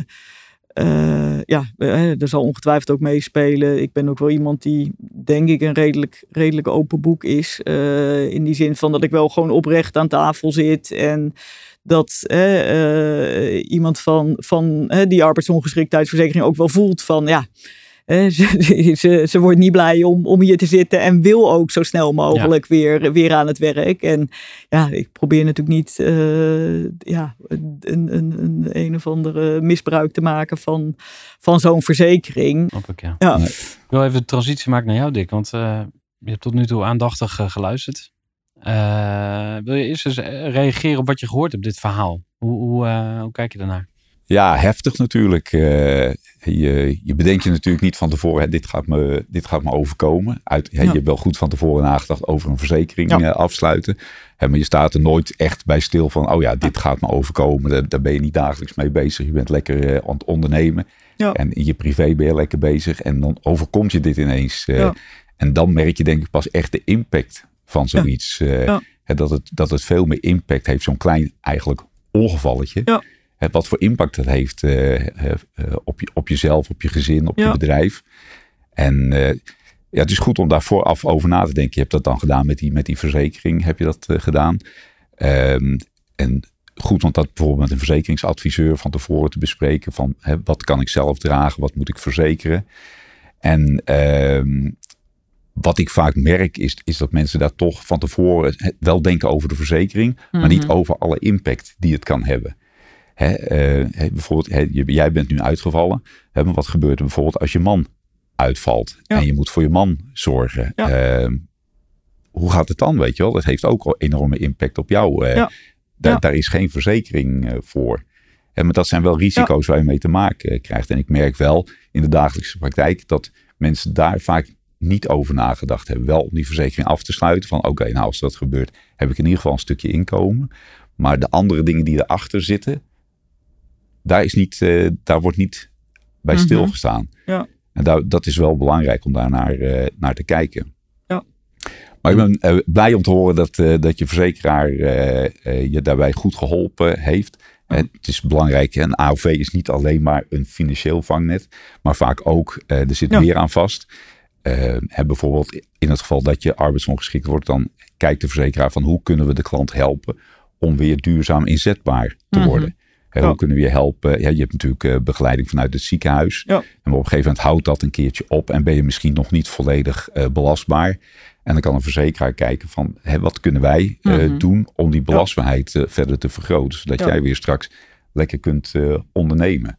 Uh, ja, er zal ongetwijfeld ook meespelen. Ik ben ook wel iemand die, denk ik, een redelijk, redelijk open boek is. Uh, in die zin van dat ik wel gewoon oprecht aan tafel zit. En dat uh, uh, iemand van, van uh, die arbeidsongeschiktheidsverzekering ook wel voelt van... ja. Ze, ze, ze wordt niet blij om, om hier te zitten en wil ook zo snel mogelijk ja. weer, weer aan het werk. En ja, ik probeer natuurlijk niet uh, ja, een, een, een, een of andere misbruik te maken van, van zo'n verzekering. Snap ik, ja. Ja. Ik wil even de transitie maken naar jou, Dick, want uh, je hebt tot nu toe aandachtig uh, geluisterd. Uh, wil je eerst eens reageren op wat je gehoord hebt, dit verhaal? Hoe, hoe, uh, hoe kijk je daarnaar? Ja, heftig natuurlijk. Uh, je, je bedenkt je natuurlijk niet van tevoren, hè, dit, gaat me, dit gaat me overkomen. Uit, hè, ja. Je hebt wel goed van tevoren nagedacht over een verzekering ja. uh, afsluiten. Hè, maar je staat er nooit echt bij stil van, oh ja, dit gaat me overkomen. Daar, daar ben je niet dagelijks mee bezig. Je bent lekker uh, aan het ondernemen. Ja. En in je privé ben je lekker bezig. En dan overkomt je dit ineens. Uh, ja. En dan merk je denk ik pas echt de impact van zoiets. Ja. Uh, ja. Hè, dat, het, dat het veel meer impact heeft, zo'n klein eigenlijk ongevalletje. Ja. Wat voor impact dat heeft uh, uh, op, je, op jezelf, op je gezin, op ja. je bedrijf. En uh, ja, het is goed om daar vooraf over na te denken. Je hebt dat dan gedaan met die, met die verzekering, heb je dat uh, gedaan. Um, en goed om dat bijvoorbeeld met een verzekeringsadviseur van tevoren te bespreken. Van hè, wat kan ik zelf dragen, wat moet ik verzekeren. En um, wat ik vaak merk is, is dat mensen daar toch van tevoren wel denken over de verzekering. Mm-hmm. Maar niet over alle impact die het kan hebben. He, uh, he, bijvoorbeeld, he, jij bent nu uitgevallen. He, maar wat gebeurt er bijvoorbeeld als je man uitvalt? Ja. En je moet voor je man zorgen. Ja. Uh, hoe gaat het dan, weet je wel? Dat heeft ook enorme impact op jou. Uh, ja. Daar, ja. daar is geen verzekering uh, voor. He, maar dat zijn wel risico's ja. waar je mee te maken uh, krijgt. En ik merk wel in de dagelijkse praktijk dat mensen daar vaak niet over nagedacht hebben. Wel om die verzekering af te sluiten. Van oké, okay, nou als dat gebeurt, heb ik in ieder geval een stukje inkomen. Maar de andere dingen die erachter zitten... Daar, is niet, uh, daar wordt niet bij mm-hmm. stilgestaan. Ja. En daar, dat is wel belangrijk om daar naar, uh, naar te kijken. Ja. Maar ik ben uh, blij om te horen dat, uh, dat je verzekeraar uh, uh, je daarbij goed geholpen heeft. Ja. Uh, het is belangrijk, een A O V is niet alleen maar een financieel vangnet. Maar vaak ook, uh, er zit ja. meer aan vast. Uh, en bijvoorbeeld in het geval dat je arbeidsongeschikt wordt, dan kijkt de verzekeraar van hoe kunnen we de klant helpen om weer duurzaam inzetbaar te mm-hmm. worden. He, ja. Hoe kunnen we je helpen? Ja, je hebt natuurlijk uh, begeleiding vanuit het ziekenhuis. Ja. En op een gegeven moment houdt dat een keertje op. En ben je misschien nog niet volledig uh, belastbaar. En dan kan een verzekeraar kijken van... He, wat kunnen wij uh, mm-hmm. doen om die belastbaarheid uh, verder te vergroten. Zodat ja. jij weer straks lekker kunt uh, ondernemen.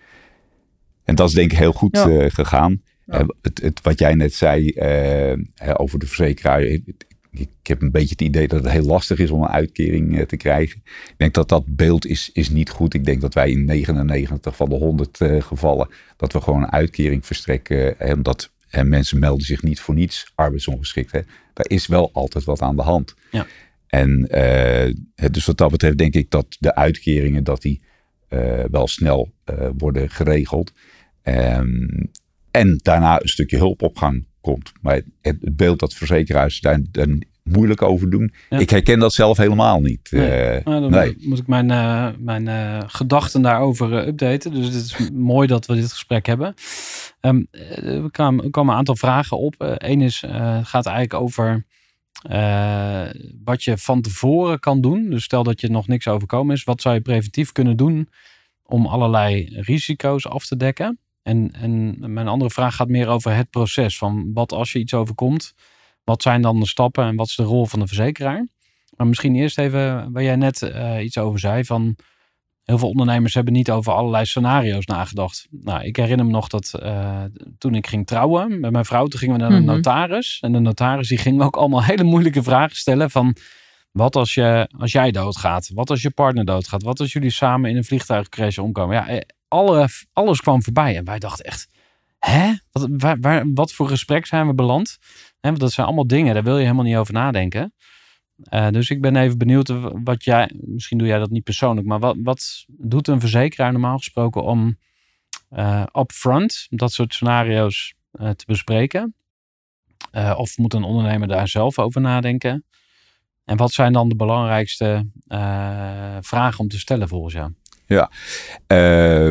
En dat is denk ik heel goed ja. uh, gegaan. Ja. Uh, het, het, wat jij net zei uh, over de verzekeraar... Ik heb een beetje het idee dat het heel lastig is om een uitkering uh, te krijgen. Ik denk dat dat beeld is, is niet goed. Ik denk dat wij in negenennegentig van de honderd uh, gevallen... dat we gewoon een uitkering verstrekken. Hè, omdat hè, mensen melden zich niet voor niets arbeidsongeschikt. Hè. Daar is wel altijd wat aan de hand. Ja. En uh, dus wat dat betreft denk ik dat de uitkeringen... dat die uh, wel snel uh, worden geregeld. Um, en daarna een stukje hulpopgang komt. Maar het, het beeld dat verzekeraars daar, daar moeilijk over doen. Ja. Ik herken dat zelf helemaal niet. Nee. Uh, nou, dan nee. moet ik mijn, uh, mijn uh, gedachten daarover uh, updaten. Dus het is mooi dat we dit gesprek hebben. Um, er kwamen, kwamen een aantal vragen op. Eén uh, is, uh, gaat eigenlijk over uh, wat je van tevoren kan doen. Dus stel dat je nog niks overkomen is. Wat zou je preventief kunnen doen om allerlei risico's af te dekken? En, en mijn andere vraag gaat meer over het proces. Van wat als je iets overkomt? Wat zijn dan de stappen en wat is de rol van de verzekeraar? Maar misschien eerst even waar jij net uh, iets over zei. Van heel veel ondernemers hebben niet over allerlei scenario's nagedacht. Nou, ik herinner me nog dat uh, toen ik ging trouwen met mijn vrouw, toen gingen we naar een mm-hmm. notaris. En de notaris die ging ook allemaal hele moeilijke vragen stellen van... Wat als, je, als jij doodgaat? Wat als je partner doodgaat? Wat als jullie samen in een vliegtuigcrash omkomen? Ja, alle, alles kwam voorbij. En wij dachten echt, hè? Wat, waar, waar, wat voor gesprek zijn we beland? Hè, want dat zijn allemaal dingen, daar wil je helemaal niet over nadenken. Uh, dus ik ben even benieuwd wat jij, misschien doe jij dat niet persoonlijk, maar wat, wat doet een verzekeraar normaal gesproken om uh, upfront dat soort scenario's uh, te bespreken? Uh, of moet een ondernemer daar zelf over nadenken? En wat zijn dan de belangrijkste uh, vragen om te stellen volgens jou? Ja, uh,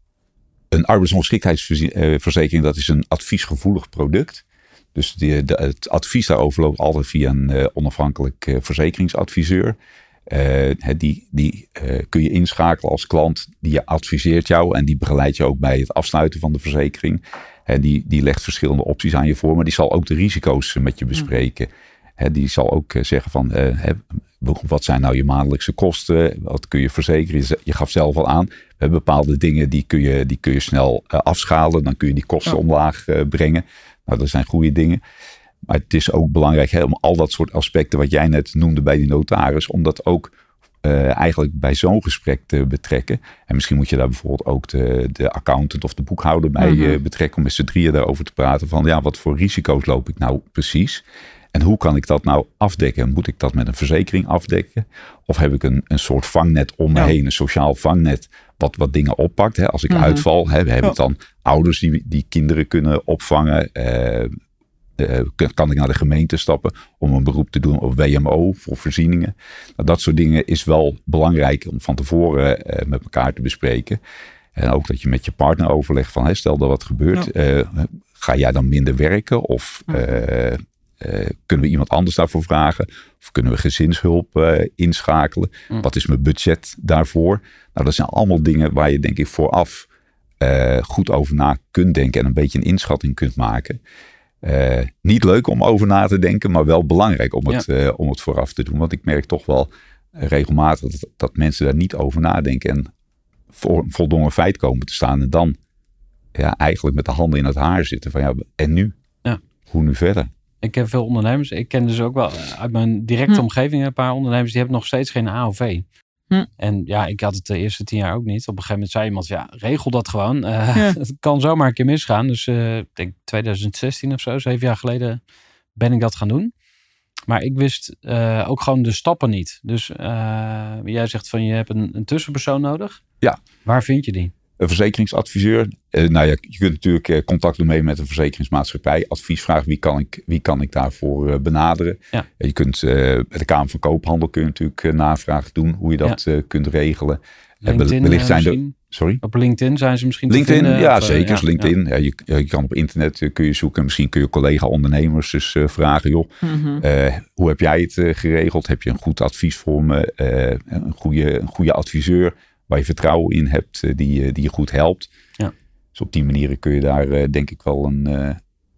een arbeidsongeschiktheidsverzekering, dat is een adviesgevoelig product. Dus die, de, het advies daarover loopt altijd via een uh, onafhankelijk uh, verzekeringsadviseur. Uh, die die uh, kun je inschakelen als klant. Die adviseert jou en die begeleidt je ook bij het afsluiten van de verzekering. Uh, die, die legt verschillende opties aan je voor, maar die zal ook de risico's uh, met je bespreken. Uh, die zal ook uh, zeggen van, uh, uh, wat zijn nou je maandelijkse kosten? Wat kun je verzekeren? Je gaf zelf al aan, we hebben bepaalde dingen die kun je, die kun je snel uh, afschalen. Dan kun je die kosten ja. omlaag uh, brengen. Nou, dat zijn goede dingen. Maar het is ook belangrijk hè, om al dat soort aspecten wat jij net noemde bij die notaris, om dat ook uh, eigenlijk bij zo'n gesprek te betrekken. En misschien moet je daar bijvoorbeeld ook de, de accountant of de boekhouder bij mm-hmm. uh, betrekken om met z'n drieën daarover te praten van ja, wat voor risico's loop ik nou precies? En hoe kan ik dat nou afdekken? Moet ik dat met een verzekering afdekken? Of heb ik een, een soort vangnet om me ja. heen, een sociaal vangnet wat, wat dingen oppakt? Hè? Als ik mm-hmm. uitval, hè, we hebben ja. dan ouders die, die kinderen kunnen opvangen. Uh, Uh, kan ik naar de gemeente stappen om een beroep te doen op W M O voor voorzieningen. Nou, dat soort dingen is wel belangrijk om van tevoren uh, met elkaar te bespreken. En ook dat je met je partner overlegt van, hey, stel dat wat gebeurt, ja. uh, ga jij dan minder werken? Of uh, uh, kunnen we iemand anders daarvoor vragen? Of kunnen we gezinshulp uh, inschakelen? Ja. Wat is mijn budget daarvoor? Nou, dat zijn allemaal dingen waar je denk ik vooraf uh, goed over na kunt denken en een beetje een inschatting kunt maken. Uh, niet leuk om over na te denken, maar wel belangrijk om het, ja. uh, om het vooraf te doen. Want ik merk toch wel regelmatig dat, dat mensen daar niet over nadenken en voor een voldongen feit komen te staan. En dan ja, eigenlijk met de handen in het haar zitten van ja, en nu? Ja. Hoe nu verder? Ik ken veel ondernemers. Ik ken dus ook wel uit mijn directe hm. omgeving een paar ondernemers die hebben nog steeds geen A O V. Hm. En ja, ik had het de eerste tien jaar ook niet. Op een gegeven moment zei iemand, ja, regel dat gewoon. Uh, ja. Het kan zomaar een keer misgaan. Dus uh, ik denk twintig zestien of zo, zeven jaar geleden ben ik dat gaan doen. Maar ik wist uh, ook gewoon de stappen niet. Dus uh, jij zegt van je hebt een, een tussenpersoon nodig. Ja. Waar vind je die? Een verzekeringsadviseur. Uh, nou ja, je kunt natuurlijk uh, contact doen mee met een verzekeringsmaatschappij. Advies vragen, wie kan ik, wie kan ik daarvoor uh, benaderen? Ja. Uh, je kunt uh, bij de Kamer van Koophandel kun je natuurlijk uh, navraag doen. Hoe je dat ja. uh, kunt regelen. LinkedIn, wellicht zijn uh, er, sorry? Op LinkedIn zijn ze misschien LinkedIn, te vinden? ja of, zeker. Ja, LinkedIn. Ja. Ja, je, je kan op internet uh, kun je zoeken. Misschien kun je collega-ondernemers dus uh, vragen. Joh, mm-hmm. uh, hoe heb jij het uh, geregeld? Heb je een goed advies voor me? Uh, een, goede, een goede adviseur waar je vertrouwen in hebt, uh, die, uh, die je goed helpt. Ja. Dus op die manier kun je daar uh, denk ik wel een, uh,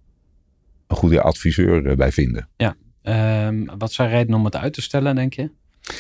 een goede adviseur uh, bij vinden. Ja. Um, wat zijn redenen om het uit te stellen, denk je?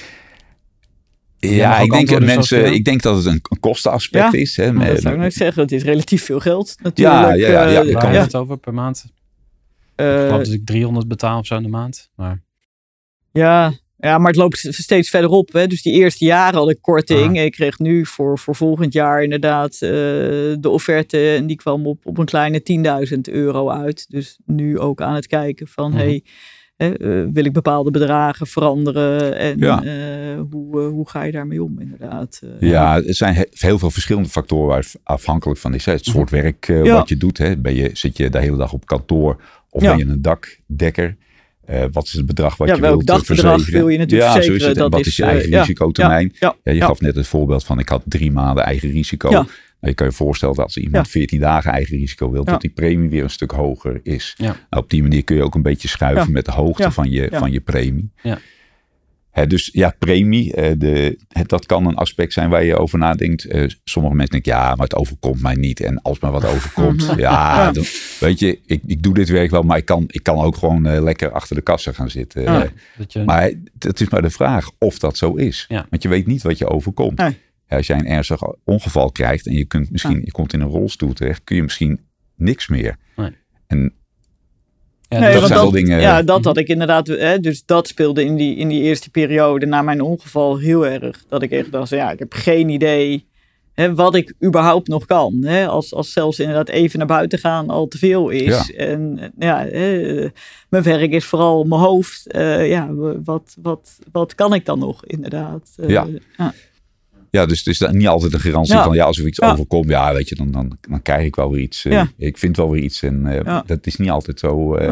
Ja, ik denk, dat mensen, ik denk dat het een, een kostenaspect ja, is. Hè, dat met, zou ik net zeggen. Het is relatief veel geld natuurlijk. Ja, ja, ja, ja, uh, Waar hebben we het over per maand? Uh, ik geloof dat ik driehonderd betaal of zo in de maand. Maar... Ja, ja, maar het loopt steeds verder op. Hè. Dus die eerste jaren had ik korting. Ah. Ik kreeg nu voor, voor volgend jaar inderdaad uh, de offerte. En die kwam op, op een kleine tienduizend euro uit. Dus nu ook aan het kijken van... Mm-hmm. Hey, Uh, wil ik bepaalde bedragen veranderen en ja. uh, hoe, uh, hoe ga je daarmee om inderdaad? Uh, ja, er zijn he- heel veel verschillende factoren waar het afhankelijk van is. Hè. Het soort werk uh, ja. wat je doet. Hè. Ben je, zit je de hele dag op kantoor of ja. ben je een dakdekker? Uh, wat is het bedrag wat ja, je wilt verzekeren? Welk wil je natuurlijk ja, verzekeren? Zo is het. En wat is, is je eigen uh, risicotermijn? Ja, ja, ja, je ja. gaf net het voorbeeld van ik had drie maanden eigen risico. Ja. Nou, je kan je voorstellen dat als iemand ja. veertien dagen eigen risico wil, ja. dat die premie weer een stuk hoger is. Ja. Nou, op die manier kun je ook een beetje schuiven ja. met de hoogte ja. van, je, ja. van je premie. Ja. He, dus ja, premie, uh, de, het, dat kan een aspect zijn waar je over nadenkt. Uh, sommige mensen denken, ja, maar het overkomt mij niet. En als me wat overkomt, ja, ja. Dan, weet je, ik, ik doe dit werk wel, maar ik kan, ik kan ook gewoon uh, lekker achter de kassa gaan zitten. Ja. Uh, je... Maar het is maar de vraag of dat zo is. Ja. Want je weet niet wat je overkomt. Nee. Ja, als jij een ernstig ongeval krijgt en je kunt misschien, ja. je komt in een rolstoel terecht, kun je misschien niks meer. Nee. En ja, nee, dat zijn wel dingen. Ja, dat had ik inderdaad. Hè, dus dat speelde in die, in die eerste periode na mijn ongeval heel erg. Dat ik echt dacht, ja, ik heb geen idee hè, wat ik überhaupt nog kan. Hè, als, als zelfs inderdaad even naar buiten gaan al te veel is. Ja. En ja, hè, mijn werk is vooral mijn hoofd. Uh, ja, wat, wat, wat kan ik dan nog inderdaad? Uh, ja. ja. Ja, dus het is niet altijd een garantie ja. van ja, als er iets ja. overkomt, ja, weet je, dan, dan, dan krijg ik wel weer iets. Uh, ja. Ik vind wel weer iets en uh, ja. dat is niet altijd zo, uh,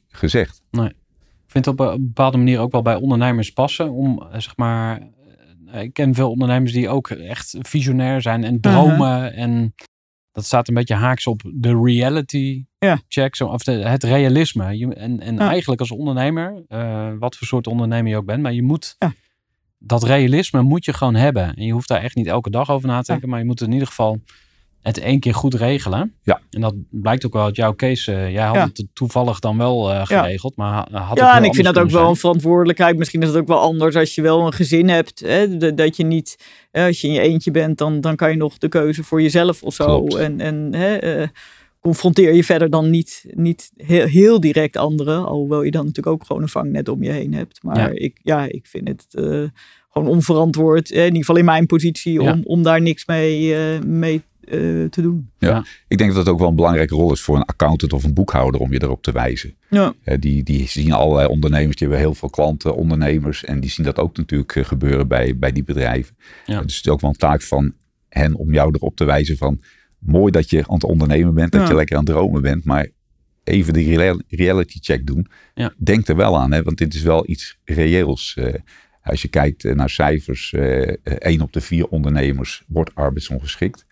gezegd. Nee. Ik vind het op een bepaalde manier ook wel bij ondernemers passen. Om, zeg maar, ik ken veel ondernemers die ook echt visionair zijn en dromen. Uh-huh. En dat staat een beetje haaks op de reality ja. check. Zo, of de, het realisme. Je, en en ja. eigenlijk als ondernemer, uh, wat voor soort ondernemer je ook bent. Maar je moet, ja. dat realisme moet je gewoon hebben. En je hoeft daar echt niet elke dag over na te denken. Ja. Maar je moet in ieder geval het één keer goed regelen. Ja. En dat blijkt ook wel uit jouw case. Uh, jij had ja. het toevallig dan wel uh, geregeld. Ja. Maar had ja, en ik vind dat ook wel zijn. Een verantwoordelijkheid. Misschien is het ook wel anders als je wel een gezin hebt. Hè, de, dat je niet, hè, als je in je eentje bent, dan, dan kan je nog de keuze voor jezelf of zo. Klopt. En, en hè, uh, confronteer je verder dan niet, niet heel, heel direct anderen. Alhoewel je dan natuurlijk ook gewoon een vangnet om je heen hebt. Maar ja, ik, ja, ik vind het uh, gewoon onverantwoord. Hè, in ieder geval in mijn positie. Ja. Om, om daar niks mee, uh, mee Uh, te doen. Ja, ja, ik denk dat het ook wel een belangrijke rol is voor een accountant of een boekhouder om je erop te wijzen. Ja. Uh, die, die zien allerlei ondernemers, die hebben heel veel klanten, ondernemers en die zien dat ook natuurlijk uh, gebeuren bij, bij die bedrijven. Ja. Uh, dus het is ook wel een taak van hen om jou erop te wijzen van mooi dat je aan het ondernemen bent, dat ja. je lekker aan het dromen bent, maar even de reality check doen. Ja. Denk er wel aan, hè, want dit is wel iets reëels. Uh, als je kijkt uh, naar cijfers, uh, één op de vier ondernemers wordt arbeidsongeschikt.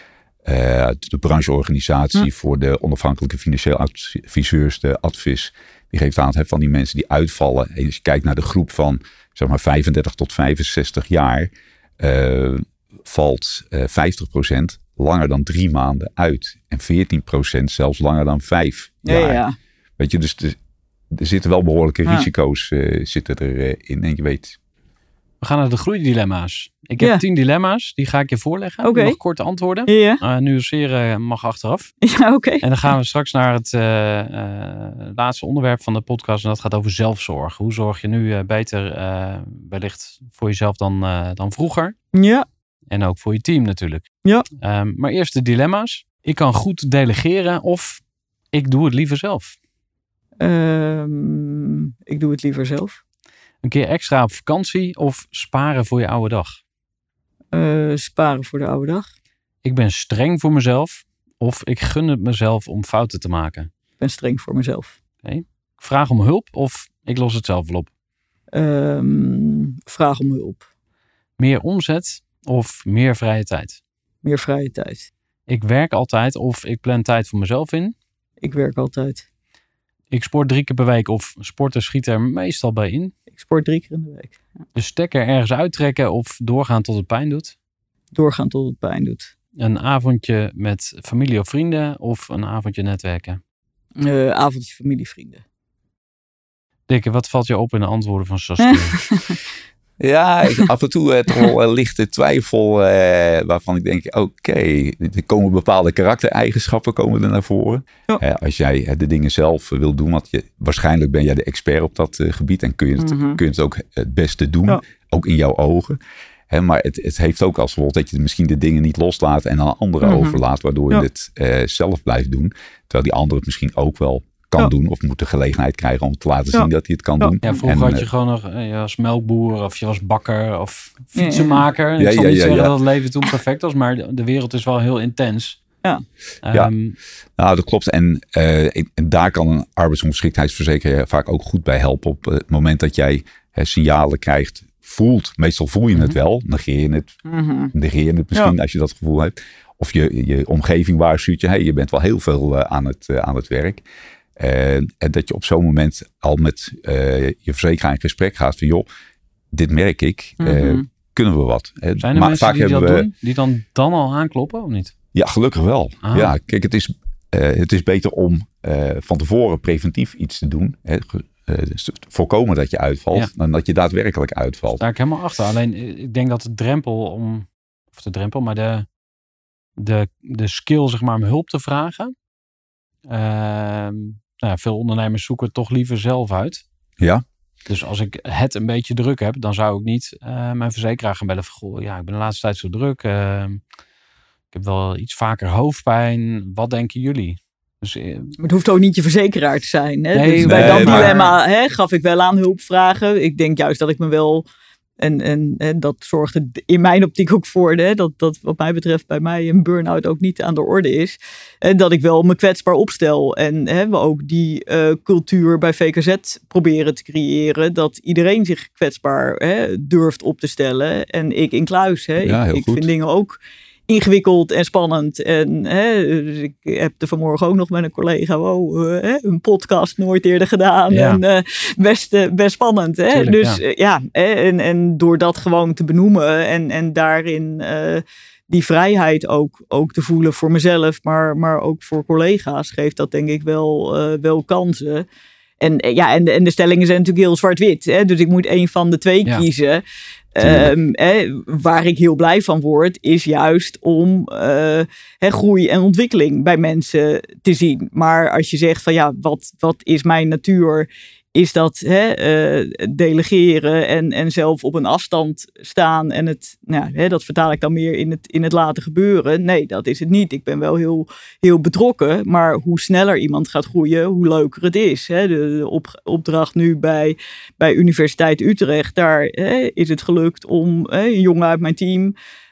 Uh, de brancheorganisatie hm. voor de onafhankelijke financieel adviseurs, de Advis, die geeft aan van die mensen die uitvallen. En als je kijkt naar de groep van zeg maar vijfendertig tot vijfenzestig jaar, uh, valt uh, vijftig procent langer dan drie maanden uit. En veertien procent zelfs langer dan vijf jaar. Ja, ja. Weet je, dus de, er zitten wel behoorlijke ja. risico's uh, zitten erin. Uh, en je weet... We gaan naar de groeidilemma's. Ik heb ja. tien dilemma's, die ga ik je voorleggen. Okay. Nog korte antwoorden. Ja. Uh, nuanceren mag achteraf. Ja, oké. Okay. En dan gaan we straks naar het uh, uh, laatste onderwerp van de podcast. En dat gaat over zelfzorg. Hoe zorg je nu uh, beter uh, wellicht voor jezelf dan, uh, dan vroeger? Ja. En ook voor je team natuurlijk. Ja. Um, maar eerst de dilemma's. Ik kan goed delegeren of ik doe het liever zelf. Um, ik doe het liever zelf. Een keer extra op vakantie of sparen voor je oude dag? Uh, sparen voor de oude dag. Ik ben streng voor mezelf of ik gun het mezelf om fouten te maken? Ik ben streng voor mezelf. Okay. Ik vraag om hulp of ik los het zelf wel op? Um, vraag om hulp. Meer omzet of meer vrije tijd? Meer vrije tijd. Ik werk altijd of ik plan tijd voor mezelf in? Ik werk altijd. Ik sport drie keer per week of sporten schiet er meestal bij in? Ik sport drie keer in de week. Ja. De stekker ergens uittrekken of doorgaan tot het pijn doet? Doorgaan tot het pijn doet. Een avondje met familie of vrienden of een avondje netwerken? Uh, avondje familie, vrienden. Dikke, wat valt je op in de antwoorden van Saskia? Ja, ik, af en toe uh, toch wel uh, lichte twijfel uh, waarvan ik denk, oké, okay, er komen bepaalde karaktereigenschappen komen er naar voren. Ja. Uh, als jij uh, de dingen zelf uh, wil doen, want je, waarschijnlijk ben jij de expert op dat uh, gebied en kun je, het, mm-hmm. kun je het ook het beste doen, ja. ook in jouw ogen. He, maar het, het heeft ook als gevolg dat je misschien de dingen niet loslaat en aan anderen mm-hmm. overlaat, waardoor je ja. het uh, zelf blijft doen. Terwijl die ander het misschien ook wel kan ja. doen of moet de gelegenheid krijgen om te laten zien ja. dat hij het kan ja. doen. Ja, vroeger en, had je gewoon nog, je was melkboer of je was bakker of fietsenmaker. Ja, ja. Ik zal ja, niet ja, zeggen ja. dat het leven toen perfect was, maar de, de wereld is wel heel intens. Ja, um, ja. Nou, dat klopt. En, uh, en daar kan een arbeidsongeschiktheidsverzekeraar vaak ook goed bij helpen op het moment dat jij uh, signalen krijgt, voelt. Meestal voel je mm-hmm. het wel, negeer je het, mm-hmm. negeer je het misschien ja. als je dat gevoel hebt. Of je, je omgeving waarschuwt je, hey, je bent wel heel veel uh, aan, het, uh, aan het werk. Uh, en dat je op zo'n moment al met uh, je verzekeraar in gesprek gaat van joh, dit merk ik, uh, mm-hmm. kunnen we wat. Zijn er maar mensen vaak die dat we, doen, die dan, dan al aankloppen of niet? Ja, gelukkig wel. Ah. Ja, kijk, het is, uh, het is beter om uh, van tevoren preventief iets te doen. Hè, uh, dus voorkomen dat je uitvalt, ja. dan dat je daadwerkelijk uitvalt. Daar sta ik helemaal achter. Alleen ik denk dat de drempel om, of de drempel, maar de, de, de skill zeg maar om hulp te vragen. Uh, nou ja, veel ondernemers zoeken het toch liever zelf uit. Ja. Dus als ik het een beetje druk heb, dan zou ik niet uh, mijn verzekeraar gaan bellen van, goh, ja, ik ben de laatste tijd zo druk. Uh, ik heb wel iets vaker hoofdpijn. Wat denken jullie? Dus, uh, maar het hoeft ook niet je verzekeraar te zijn. Hè? Nee, dus bij nee, dat maar... dilemma hè, gaf ik wel aan hulp vragen. Ik denk juist dat ik me wel En, en, en dat zorgde in mijn optiek ook voor hè, dat, dat wat mij betreft bij mij een burn-out ook niet aan de orde is. En dat ik wel me kwetsbaar opstel. En hè, we ook die uh, cultuur bij V K Z proberen te creëren. Dat iedereen zich kwetsbaar hè, durft op te stellen. En ik incluis. Hè. Ja, ik ik vind dingen ook ingewikkeld en spannend. En hè, dus ik heb er vanmorgen ook nog met een collega wow, uh, een podcast nooit eerder gedaan. Ja. En uh, best, uh, best spannend. Hè? Tuurlijk, dus ja, uh, ja en, en door dat gewoon te benoemen en, en daarin uh, die vrijheid ook, ook te voelen voor mezelf, maar, maar ook voor collega's, geeft dat denk ik wel, uh, wel kansen. En, ja, en, de, en de stellingen zijn natuurlijk heel zwart-wit. Hè? Dus ik moet één van de twee ja. kiezen. Um, hè, waar ik heel blij van word, is juist om uh, hè, groei en ontwikkeling bij mensen te zien. Maar als je zegt van ja, wat, wat is mijn natuur? Is dat hè, uh, delegeren en, en zelf op een afstand staan en het, nou, hè, dat vertaal ik dan meer in het, in het laten gebeuren. Nee, dat is het niet. Ik ben wel heel, heel betrokken, maar hoe sneller iemand gaat groeien, hoe leuker het is. Hè. De, de op, opdracht nu bij, bij Universiteit Utrecht, daar hè, is het gelukt om hè, een jongen uit mijn team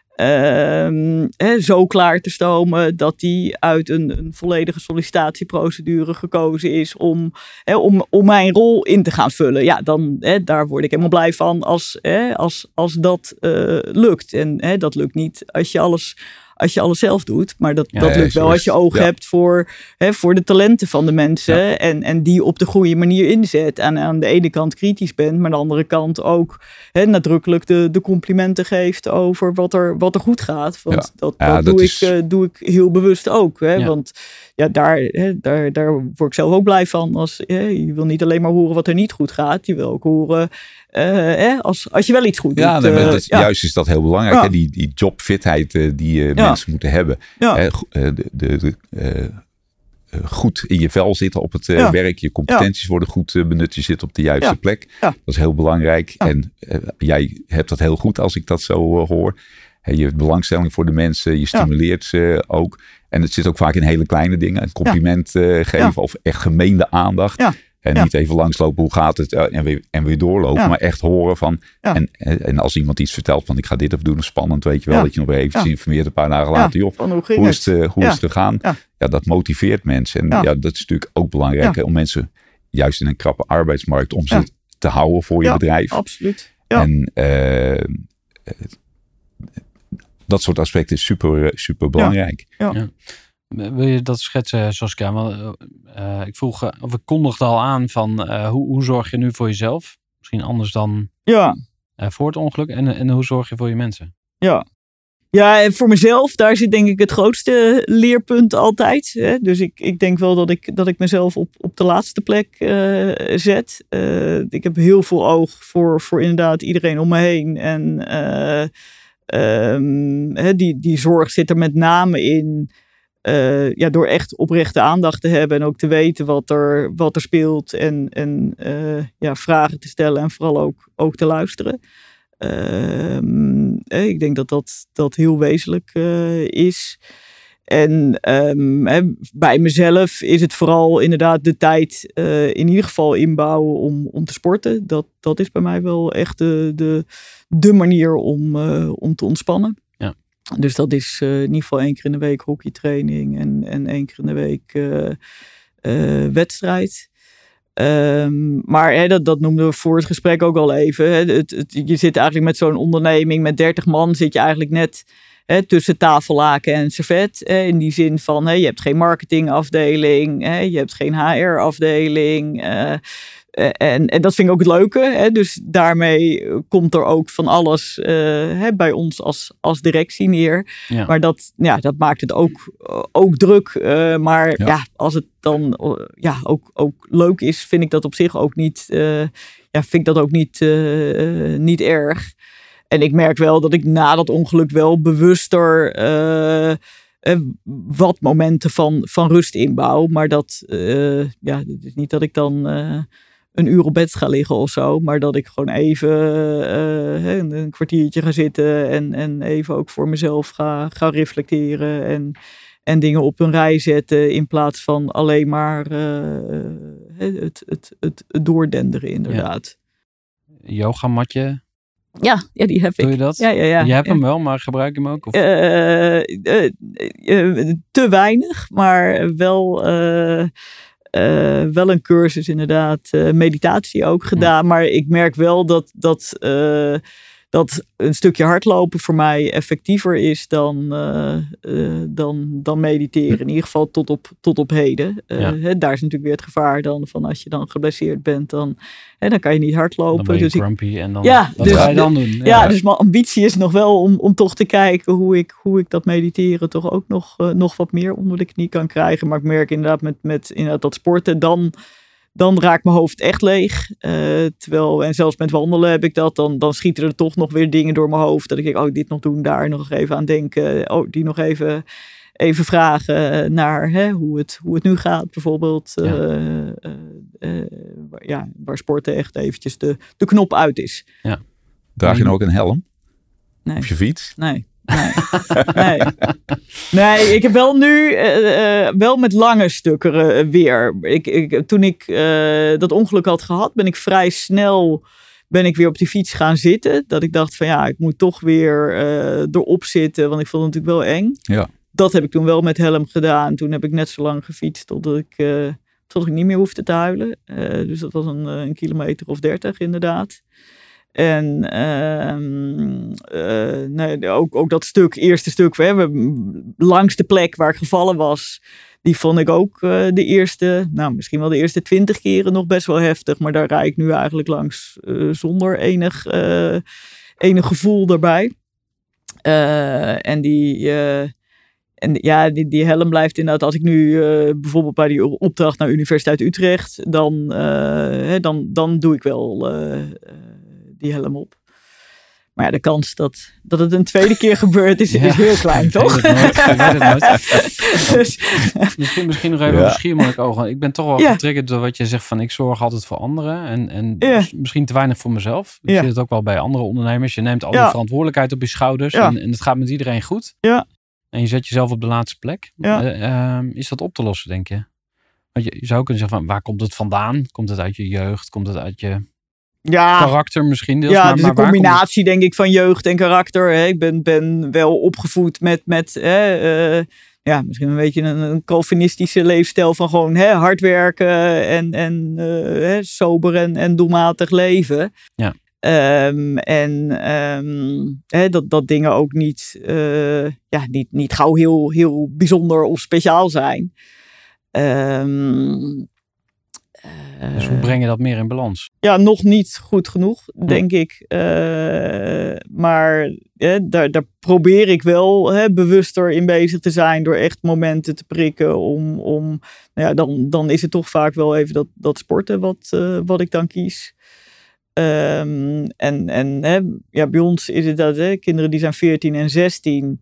Uh, he, zo klaar te stomen dat hij uit een, een volledige sollicitatieprocedure gekozen is om, he, om, om mijn rol in te gaan vullen. Ja, dan, he, daar word ik helemaal blij van als, he, als, als dat uh, lukt. En he, dat lukt niet als je alles... Als je alles zelf doet. Maar dat, ja, dat lukt ja, wel als je oog ja. hebt voor, hè, voor de talenten van de mensen. Ja. En, en die op de goede manier inzet. En aan de ene kant kritisch bent. Maar aan de andere kant ook hè, nadrukkelijk de, de complimenten geeft over wat er, wat er goed gaat. Want ja. dat, ja, dat, dat doe, is... ik, uh, doe ik heel bewust ook. Hè, ja. Want ja, daar, hè, daar, daar word ik zelf ook blij van. Als, hè, je wil niet alleen maar horen wat er niet goed gaat. Je wil ook horen... Uh, hè, als, als je wel iets goed ja, doet. Nee, uh, dat, ja, juist is dat heel belangrijk. Ja. Hè? Die, die jobfitheid uh, die uh, ja. mensen moeten hebben. Ja. Hè? De, de, de, uh, goed in je vel zitten op het uh, ja. werk. Je competenties ja. worden goed uh, benut. Je zit op de juiste ja. plek. Ja. Dat is heel belangrijk. Ja. En uh, jij hebt dat heel goed als ik dat zo uh, hoor. Hey, je hebt belangstelling voor de mensen. Je stimuleert ja. ze ook. En het zit ook vaak in hele kleine dingen. Een compliment ja. uh, geven ja. of echt gemeende aandacht. Ja. En ja. niet even langslopen, hoe gaat het? En weer, en weer doorlopen. Ja. Maar echt horen van... Ja. En, en als iemand iets vertelt van ik ga dit even doen. Spannend, weet je wel. Ja. Dat je nog even ja. informeert een paar dagen later. Ja. Joh, van, hoe hoe is het, uh, hoe ja. is het gegaan? Ja. ja, dat motiveert mensen. En ja. ja, dat is natuurlijk ook belangrijk. Ja. Om mensen, juist in een krappe arbeidsmarkt... om ze ja. te houden voor je ja, bedrijf. Absoluut. Ja. En uh, dat soort aspecten is super, super belangrijk. Ja. Ja. Wil je dat schetsen, Saskia? Want, uh, ik vroeg, uh, of ik kondigde al aan van uh, hoe, hoe zorg je nu voor jezelf? Misschien anders dan ja. uh, voor het ongeluk. En, en hoe zorg je voor je mensen? Ja. Ja, en voor mezelf, daar zit denk ik het grootste leerpunt altijd. Hè? Dus ik, ik denk wel dat ik, dat ik mezelf op, op de laatste plek uh, zet. Uh, ik heb heel veel oog voor, voor inderdaad iedereen om me heen. En uh, um, hè, die, die zorg zit er met name in... Uh, ja, door echt oprechte aandacht te hebben en ook te weten wat er, wat er speelt en, en uh, ja, vragen te stellen en vooral ook, ook te luisteren. Uh, ik denk dat dat, dat heel wezenlijk uh, is. En um, hè, bij mezelf is het vooral inderdaad de tijd uh, in ieder geval inbouwen om, om te sporten. Dat, dat is bij mij wel echt de, de, de manier om, uh, om te ontspannen. Ja. Dus dat is uh, in ieder geval één keer in de week hockeytraining en, en één keer in de week uh, uh, wedstrijd. Um, maar hè, dat, dat noemden we voor het gesprek ook al even. Hè. Het, het, je zit eigenlijk met zo'n onderneming met dertig man, zit je eigenlijk net hè, tussen tafellaken en servet. Hè, in die zin van, hè, je hebt geen marketingafdeling, hè, je hebt geen H R-afdeling. Uh, En, en dat vind ik ook het leuke. Hè? Dus daarmee komt er ook van alles uh, hè, bij ons als, als directie neer. Ja. Maar dat, ja, dat maakt het ook, ook druk. Uh, maar ja. ja, als het dan uh, ja, ook, ook leuk is, vind ik dat op zich ook niet, uh, ja, vind ik dat ook niet, uh, uh, niet erg. En ik merk wel dat ik na dat ongeluk wel bewuster... Uh, Uh, wat momenten van, van rust inbouw. Maar dat, uh, ja, het is niet dat ik dan uh, een uur op bed ga liggen of zo. Maar dat ik gewoon even uh, een, een kwartiertje ga zitten. En, en even ook voor mezelf ga, ga reflecteren. En, en dingen op een rij zetten. In plaats van alleen maar uh, het, het, het, het doordenderen inderdaad. Ja. Yogamatje? Ja, ja, die heb Doe ik. je dat? Ja, ja, ja. Je hebt ja. hem wel, maar gebruik je hem ook? Of? Uh, uh, uh, te weinig, maar wel, uh, uh, wel een cursus inderdaad. Uh, meditatie ook gedaan. Ja. Maar ik merk wel dat, dat, uh, dat een stukje hardlopen voor mij effectiever is dan, uh, uh, dan, dan mediteren. In ieder geval tot op, tot op heden. Uh, ja. hè, daar is natuurlijk weer het gevaar dan van als je dan geblesseerd bent, dan, hè, dan kan je niet hardlopen. Dan ben je dus grumpy ik, en dan ja, wat dus, ga je dan doen? Ja, ja, dus mijn ambitie is nog wel om, om toch te kijken hoe ik, hoe ik dat mediteren toch ook nog, uh, nog wat meer onder de knie kan krijgen. Maar ik merk inderdaad met, met inderdaad dat sporten, dan... Dan raakt mijn hoofd echt leeg. Uh, terwijl, en zelfs met wandelen heb ik dat. Dan, dan schieten er toch nog weer dingen door mijn hoofd. Dat ik denk, oh, dit nog doen, daar nog even aan denken. Oh, die nog even, even vragen naar hè, hoe, het, hoe het nu gaat. Bijvoorbeeld, ja. Uh, uh, uh, ja, waar sporten echt eventjes de, de knop uit is. Ja. Draag je nou ook een helm? Nee. Op je fiets? Nee. Nee. nee. nee, ik heb wel nu uh, uh, wel met lange stukken uh, weer. Ik, ik, toen ik uh, dat ongeluk had gehad, ben ik vrij snel ben ik weer op die fiets gaan zitten. Dat ik dacht van ja, ik moet toch weer uh, erop zitten, want ik vond het natuurlijk wel eng. Ja. Dat heb ik toen wel met helm gedaan. Toen heb ik net zo lang gefietst totdat ik, uh, totdat ik niet meer hoefde te huilen. Uh, dus dat was een, een kilometer of dertig inderdaad. En uh, uh, nee, ook, ook dat stuk, eerste stuk, hè, langs de plek waar ik gevallen was, die vond ik ook uh, de eerste, nou misschien wel de eerste twintig keren nog best wel heftig. Maar daar rijd ik nu eigenlijk langs uh, zonder enig, uh, enig gevoel daarbij. Uh, en die... Uh, En ja, die, die helm blijft inderdaad, als ik nu uh, bijvoorbeeld bij die opdracht naar Universiteit Utrecht, dan, uh, dan, dan doe ik wel uh, die helm op. Maar ja, de kans dat, dat het een tweede keer gebeurt is, ja. is heel klein, toch? Ik weet het nooit. Ik weet het nooit. dus, misschien, misschien nog even ja. over schiermonnikogen. Ik ben toch wel ja. getriggerd door wat je zegt van ik zorg altijd voor anderen. En, en ja. misschien te weinig voor mezelf. Ik ja. zie het ook wel bij andere ondernemers. Je neemt al die ja. verantwoordelijkheid op je schouders. Ja. En, en het gaat met iedereen goed. Ja. En je zet jezelf op de laatste plek. Ja. Uh, uh, is dat op te lossen, denk je? Want je, je zou kunnen zeggen van waar komt het vandaan? Komt het uit je jeugd? Komt het uit je ja. karakter misschien deels? Ja, maar, het is maar een combinatie denk ik van jeugd en karakter. Hè. Ik ben, ben wel opgevoed met, met hè, uh, ja, misschien een beetje een, een Calvinistische leefstijl van gewoon hè, hard werken en, en uh, hè, sober en, en doelmatig leven. Ja. Um, en um, hè, dat, dat dingen ook niet, uh, ja, niet, niet gauw heel, heel bijzonder of speciaal zijn. Um, uh, dus hoe breng je dat meer in balans? Ja, nog niet goed genoeg, denk hm. ik. Uh, maar hè, daar, daar probeer ik wel hè, bewuster in bezig te zijn door echt momenten te prikken. Om, om, nou ja, dan, dan is het toch vaak wel even dat, dat sporten wat, uh, wat ik dan kies. Um, en en hè, ja, bij ons is het dat hè, kinderen die zijn veertien en zestien.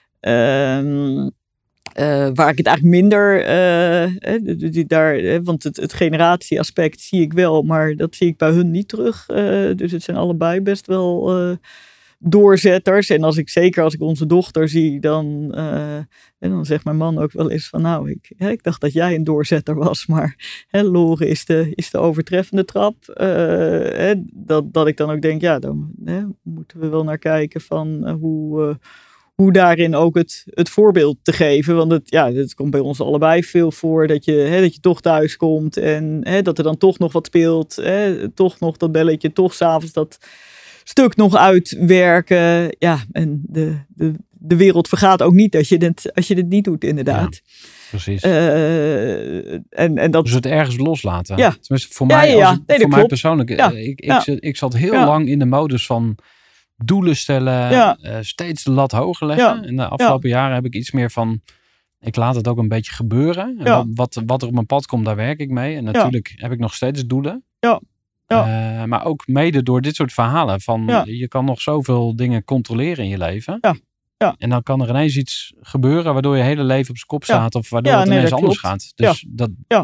Um, uh, waar ik het eigenlijk minder. Uh, die, die daar, hè, want het, het generatieaspect zie ik wel, maar dat zie ik bij hun niet terug. Uh, dus het zijn allebei best wel uh, doorzetters. En als ik zeker als ik onze dochter zie, dan, uh, en dan zegt mijn man ook wel eens van nou, ik, hè, ik dacht dat jij een doorzetter was, maar hè, Lore is de, is de overtreffende trap. Uh, hè, dat, dat ik dan ook denk, ja, dan hè, moeten we wel naar kijken van uh, hoe, uh, hoe daarin ook het, het voorbeeld te geven. Want het, ja, het komt bij ons allebei veel voor dat je, hè, dat je toch thuis komt en hè, dat er dan toch nog wat speelt. Hè, toch nog dat belletje, toch 's avonds dat stuk nog uitwerken. Ja, en de, de, de wereld vergaat ook niet als je dit, als je dit niet doet, inderdaad. Ja, precies. Uh, en, en dat... Dus het ergens loslaten. Ja. Tenminste, voor ja, mij, ja, ja. als ik, nee, voor mij klopt. persoonlijk. Ja. Ik, ik, ja. ik zat heel ja. lang in de modus van doelen stellen. Ja. Uh, steeds de lat hoger leggen. Ja. En de afgelopen ja. jaren heb ik iets meer van ik laat het ook een beetje gebeuren. En ja. wat, wat, wat er op mijn pad komt, daar werk ik mee. En natuurlijk ja. heb ik nog steeds doelen. Ja. Ja. Uh, maar ook mede door dit soort verhalen. Van ja. je kan nog zoveel dingen controleren in je leven. Ja. Ja. En dan kan er ineens iets gebeuren waardoor je hele leven op zijn kop staat. Ja. Of waardoor ja, het nee, ineens anders klopt. gaat. Dus ja. dat ja.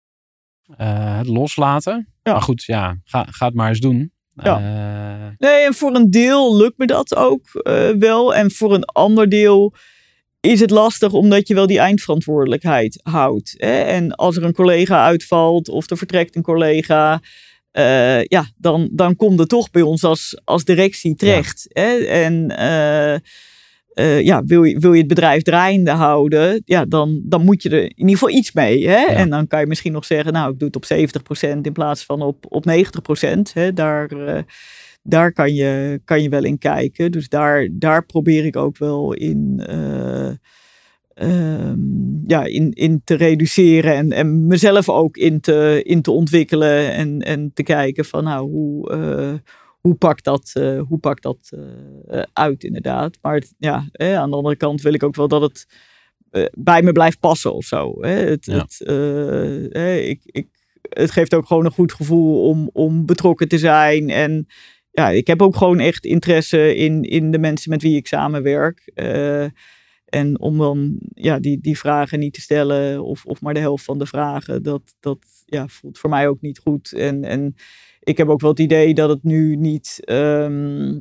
Uh, het loslaten. Ja. Maar goed, ja, ga, ga het maar eens doen. Ja. Uh, nee, en voor een deel lukt me dat ook uh, wel. En voor een ander deel is het lastig omdat je wel die eindverantwoordelijkheid houdt. Hè? En als er een collega uitvalt of er vertrekt een collega, Uh, ja, dan, dan komt het toch bij ons als, als directie terecht. Ja. Hè? En uh, uh, ja, wil je, wil je het bedrijf draaiende houden, ja, dan, dan moet je er in ieder geval iets mee. Hè? Ja. En dan kan je misschien nog zeggen, nou, ik doe het op zeventig procent in plaats van op, op negentig procent. Hè? Daar, uh, daar kan je, kan je wel in kijken. Dus daar, daar probeer ik ook wel in... Uh, Um, ja, in, in te reduceren en, en mezelf ook in te, in te ontwikkelen en, en te kijken van nou, hoe, uh, hoe pakt dat, uh, hoe pakt dat uh, uit inderdaad. Maar het, ja, eh, aan de andere kant wil ik ook wel dat het uh, bij me blijft passen of zo. Hè. Het, ja. het, uh, eh, ik, ik, het geeft ook gewoon een goed gevoel om, om betrokken te zijn en ja, ik heb ook gewoon echt interesse in, in de mensen met wie ik samenwerk. Uh, En om dan ja, die, die vragen niet te stellen of, of maar de helft van de vragen, dat, dat ja, voelt voor mij ook niet goed. En, en ik heb ook wel het idee dat het nu niet, um,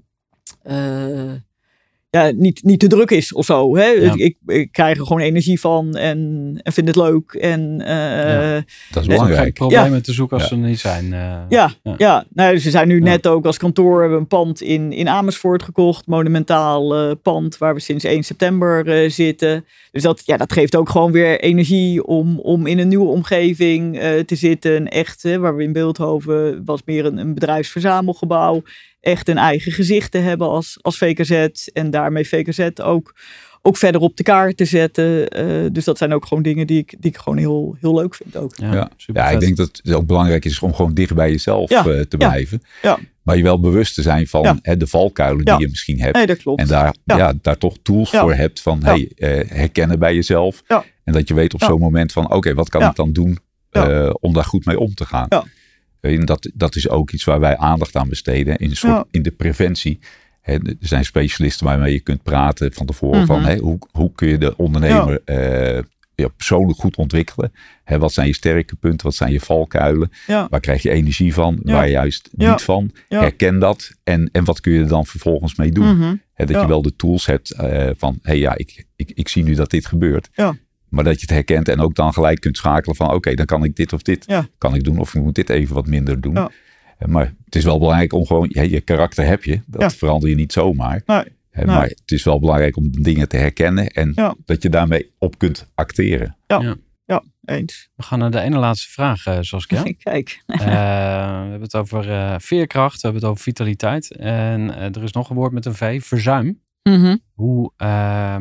uh, ja, niet, niet te druk is of zo. Hè? Ja. Ik, ik krijg er gewoon energie van en, en vind het leuk. En, uh, ja, dat is belangrijk. Geen problemen ja. te zoeken als ja. ze er niet zijn. Uh, ja, ja. ja. Nou, dus we zijn nu ja. net ook als kantoor hebben een pand in, in Amersfoort gekocht. Monumentaal uh, pand waar we sinds één september uh, zitten. Dus dat, ja, dat geeft ook gewoon weer energie om, om in een nieuwe omgeving uh, te zitten. Echt, hè, waar we in Bilthoven was meer een, een bedrijfsverzamelgebouw. Echt een eigen gezicht te hebben als, als V K Z. En daarmee V K Z ook, ook verder op de kaart te zetten. Uh, dus dat zijn ook gewoon dingen die ik, die ik gewoon heel, heel leuk vind ook. Ja, ja. ja ik denk dat het ook belangrijk is om gewoon dicht bij jezelf ja. uh, te blijven. Ja. Ja. Maar je wel bewust te zijn van ja. hè, de valkuilen ja. die je misschien hebt. Nee, dat klopt. En daar, ja. Ja, daar toch tools ja. voor hebt van ja. hey, uh, herkennen bij jezelf. Ja. En dat je weet op ja. zo'n moment van oké, okay, wat kan ja. ik dan doen ja. uh, om daar goed mee om te gaan. Ja. En dat, dat is ook iets waar wij aandacht aan besteden in, een soort, ja. in de preventie. He, er zijn specialisten waarmee je kunt praten van tevoren mm-hmm. van he, hoe, hoe kun je de ondernemer ja. uh, ja, persoonlijk goed ontwikkelen. He, wat zijn je sterke punten, wat zijn je valkuilen, ja. waar krijg je energie van, ja. waar juist ja. niet van. Ja. Herken dat en, en wat kun je er dan vervolgens mee doen. Mm-hmm. He, dat ja. je wel de tools hebt uh, van hey, ja, ik, ik, ik zie nu dat dit gebeurt. Ja. Maar dat je het herkent en ook dan gelijk kunt schakelen van oké, okay, dan kan ik dit of dit ja. kan ik doen. Of ik moet dit even wat minder doen. Ja. Maar het is wel belangrijk om gewoon, ja, je karakter heb je. Dat ja. verander je niet zomaar. Nee. Nee. Maar het is wel belangrijk om dingen te herkennen. En ja. dat je daarmee op kunt acteren. Ja, ja. ja eens. We gaan naar de ene laatste vraag, uh, Saskia. Kijk. uh, we hebben het over uh, veerkracht. We hebben het over vitaliteit. En uh, er is nog een woord met een V, verzuim. Mm-hmm. Hoe... Uh,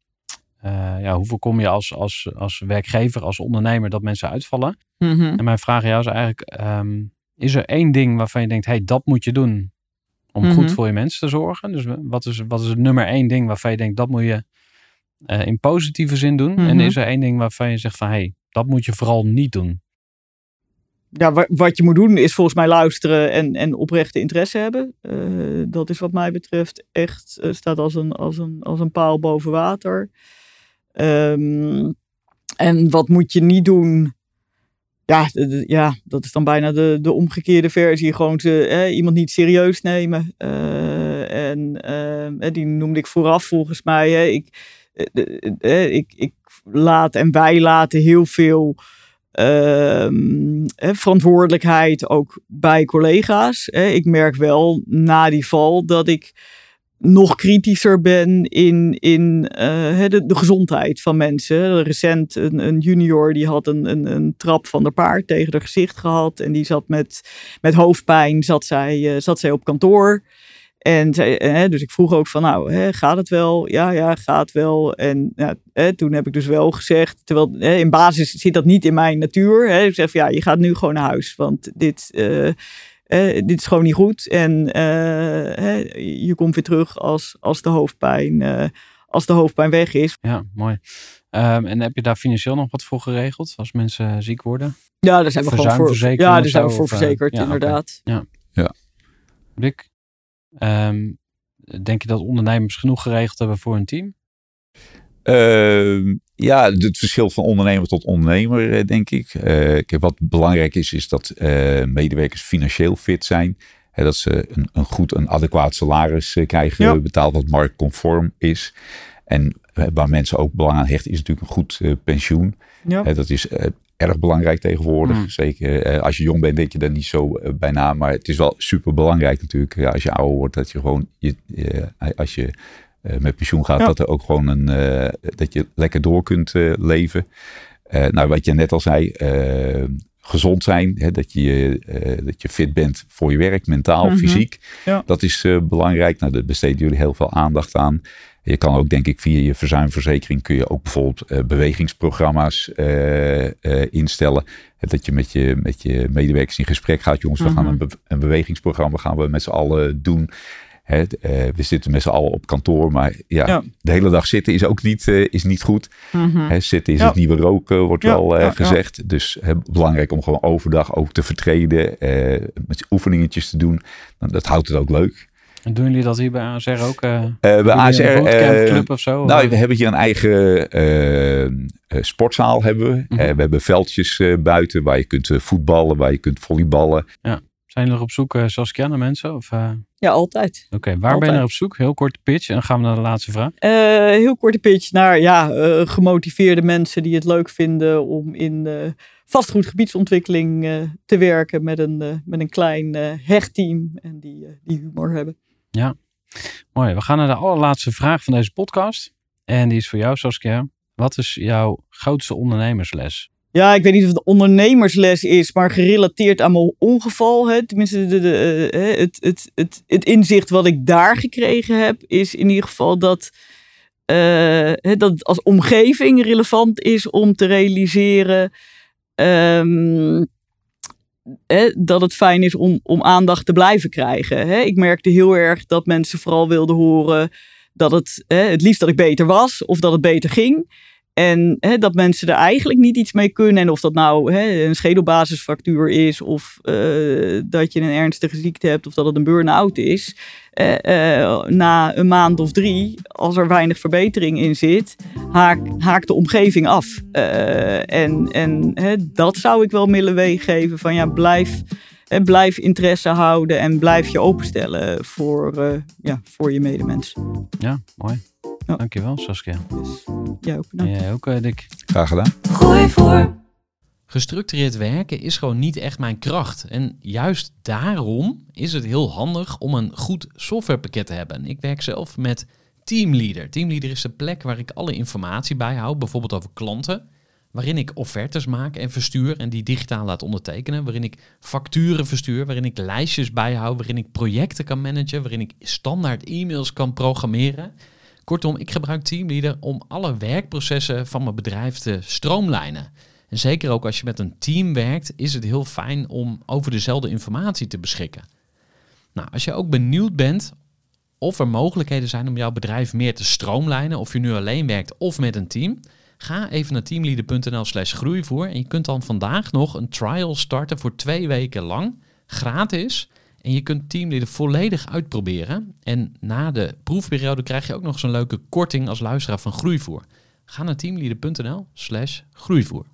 Uh, ja, hoe voorkom je als, als, als werkgever, als ondernemer dat mensen uitvallen? Mm-hmm. En mijn vraag aan jou is eigenlijk, um, is er één ding waarvan je denkt, hey, dat moet je doen om mm-hmm. goed voor je mensen te zorgen? Dus wat is, wat is het nummer één ding waarvan je denkt, dat moet je uh, in positieve zin doen? Mm-hmm. En is er één ding waarvan je zegt van, hey, dat moet je vooral niet doen? Ja, wat je moet doen is volgens mij luisteren en, en oprechte interesse hebben. Uh, dat is wat mij betreft echt, uh, staat als een, als, een, als een paal boven water. Um, en wat moet je niet doen? Ja, de, de, ja dat is dan bijna de, de omgekeerde versie. Gewoon te, eh, iemand niet serieus nemen. Uh, en uh, die noemde ik vooraf volgens mij. Hè. Ik, uh, uh, ik, ik laat en wij laten heel veel uh, verantwoordelijkheid ook bij collega's. Uh, ik merk wel na die val dat ik nog kritischer ben in, in uh, de, de gezondheid van mensen. Recent een, een junior die had een, een, een trap van de paard tegen haar gezicht gehad. En die zat met, met hoofdpijn, zat zij, uh, zat zij op kantoor. En zij, uh, dus ik vroeg ook van nou, uh, gaat het wel? Ja, ja, gaat wel. En uh, uh, toen heb ik dus wel gezegd, terwijl uh, in basis zit dat niet in mijn natuur. Uh, ik zeg van ja, je gaat nu gewoon naar huis. Want dit... Uh, Uh, dit is gewoon niet goed en uh, hè, je komt weer terug als, als, de hoofdpijn, uh, als de hoofdpijn weg is. Ja, mooi. Um, en heb je daar financieel nog wat voor geregeld als mensen ziek worden? Ja, daar zijn we gewoon voor, ja, daar zijn we voor verzekerd, ja, inderdaad. Okay. Ja. Ja. Rick, um, denk je dat ondernemers genoeg geregeld hebben voor hun team? Uh, ja, het verschil van ondernemer tot ondernemer, denk ik. Uh, wat belangrijk is, is dat uh, medewerkers financieel fit zijn. Hè, dat ze een, een goed, een adequaat salaris uh, krijgen ja. betaald wat marktconform is. En uh, waar mensen ook belang aan hechten, is natuurlijk een goed uh, pensioen. Ja. Uh, dat is uh, erg belangrijk tegenwoordig. Mm. Zeker uh, als je jong bent, denk je daar niet zo uh, bij na. Maar het is wel super belangrijk natuurlijk. Ja, als je ouder wordt, dat je gewoon, je, uh, als je uh, met pensioen gaat, ja. dat er ook gewoon een, uh, dat je lekker door kunt uh, leven. Uh, nou, wat je net al zei, uh, gezond zijn, hè, dat, je, uh, dat je fit bent voor je werk, mentaal, mm-hmm. fysiek. Ja. Dat is uh, belangrijk. Nou, daar besteden jullie heel veel aandacht aan. Je kan ook, denk ik, via je verzuimverzekering kun je ook bijvoorbeeld uh, bewegingsprogramma's uh, uh, instellen. Dat je met, je met je medewerkers in gesprek gaat. Jongens, mm-hmm. we gaan een, be- een bewegingsprogramma gaan we met z'n allen doen. Hè, uh, we zitten met z'n allen op kantoor, maar ja, ja. de hele dag zitten is ook niet, uh, is niet goed. Mm-hmm. Hè, zitten is ja. het nieuwe roken, wordt ja. wel uh, ja, gezegd. Ja. Dus uh, belangrijk om gewoon overdag ook te vertreden, uh, met oefeningetjes te doen. Nou, dat houdt het ook leuk. En doen jullie dat hier bij A S R ook? Uh, uh, bij A S R een bootcampclub uh, of zo? Nou, we hebben hier een eigen uh, uh, sportzaal. Hebben we. Mm-hmm. Uh, we hebben veldjes uh, buiten waar je kunt uh, voetballen, waar je kunt volleyballen. Ja. Zijn jullie nog op zoek, uh, Saskia, naar mensen? Of, uh... Ja, altijd. Oké, okay, waar altijd. Ben je naar op zoek? Heel korte pitch en dan gaan we naar de laatste vraag. Uh, heel korte pitch naar ja, uh, gemotiveerde mensen die het leuk vinden om in uh, vastgoedgebiedsontwikkeling uh, te werken met een, uh, met een klein uh, hechtteam en die, uh, die humor hebben. Ja, mooi. We gaan naar de allerlaatste vraag van deze podcast. En die is voor jou, Saskia. Wat is jouw grootste ondernemersles? Ja, ik weet niet of het een ondernemersles is, maar gerelateerd aan mijn ongeval. Hè. Tenminste, de, de, de, het, het, het, het inzicht wat ik daar gekregen heb, is in ieder geval dat, uh, dat het als omgeving relevant is om te realiseren um, hè, dat het fijn is om, om aandacht te blijven krijgen. Hè. Ik merkte heel erg dat mensen vooral wilden horen dat het, hè, het liefst dat ik beter was of dat het beter ging. En hè, dat mensen er eigenlijk niet iets mee kunnen. En of dat nou hè, een schedelbasisfractuur is. Of uh, dat je een ernstige ziekte hebt. Of dat het een burn-out is. Uh, uh, na een maand of drie, als er weinig verbetering in zit, haak, haakt de omgeving af. Uh, en en hè, dat zou ik wel willen meegeven. Van ja, blijf, hè, blijf interesse houden. En blijf je openstellen voor, uh, ja, voor je medemens. Ja, mooi. Ja. Dankjewel, Saskia. Dus, jij ook bedankt. En jij ook, uh, Dick. Graag gedaan. Gooi voor. Gestructureerd werken is gewoon niet echt mijn kracht. En juist daarom is het heel handig om een goed softwarepakket te hebben. Ik werk zelf met Teamleader. Teamleader is de plek waar ik alle informatie bijhoud, bijvoorbeeld over klanten, waarin ik offertes maak en verstuur en die digitaal laat ondertekenen, waarin ik facturen verstuur, waarin ik lijstjes bijhoud, waarin ik projecten kan managen, waarin ik standaard e-mails kan programmeren. Kortom, ik gebruik Teamleader om alle werkprocessen van mijn bedrijf te stroomlijnen. En zeker ook als je met een team werkt, is het heel fijn om over dezelfde informatie te beschikken. Nou, als je ook benieuwd bent of er mogelijkheden zijn om jouw bedrijf meer te stroomlijnen, of je nu alleen werkt of met een team, ga even naar teamleader.nl slash groeivoer en je kunt dan vandaag nog een trial starten voor twee weken lang, gratis. En je kunt Teamleader volledig uitproberen. En na de proefperiode krijg je ook nog zo'n leuke korting als luisteraar van Groeivoer. Ga naar teamleader.nl slash groeivoer.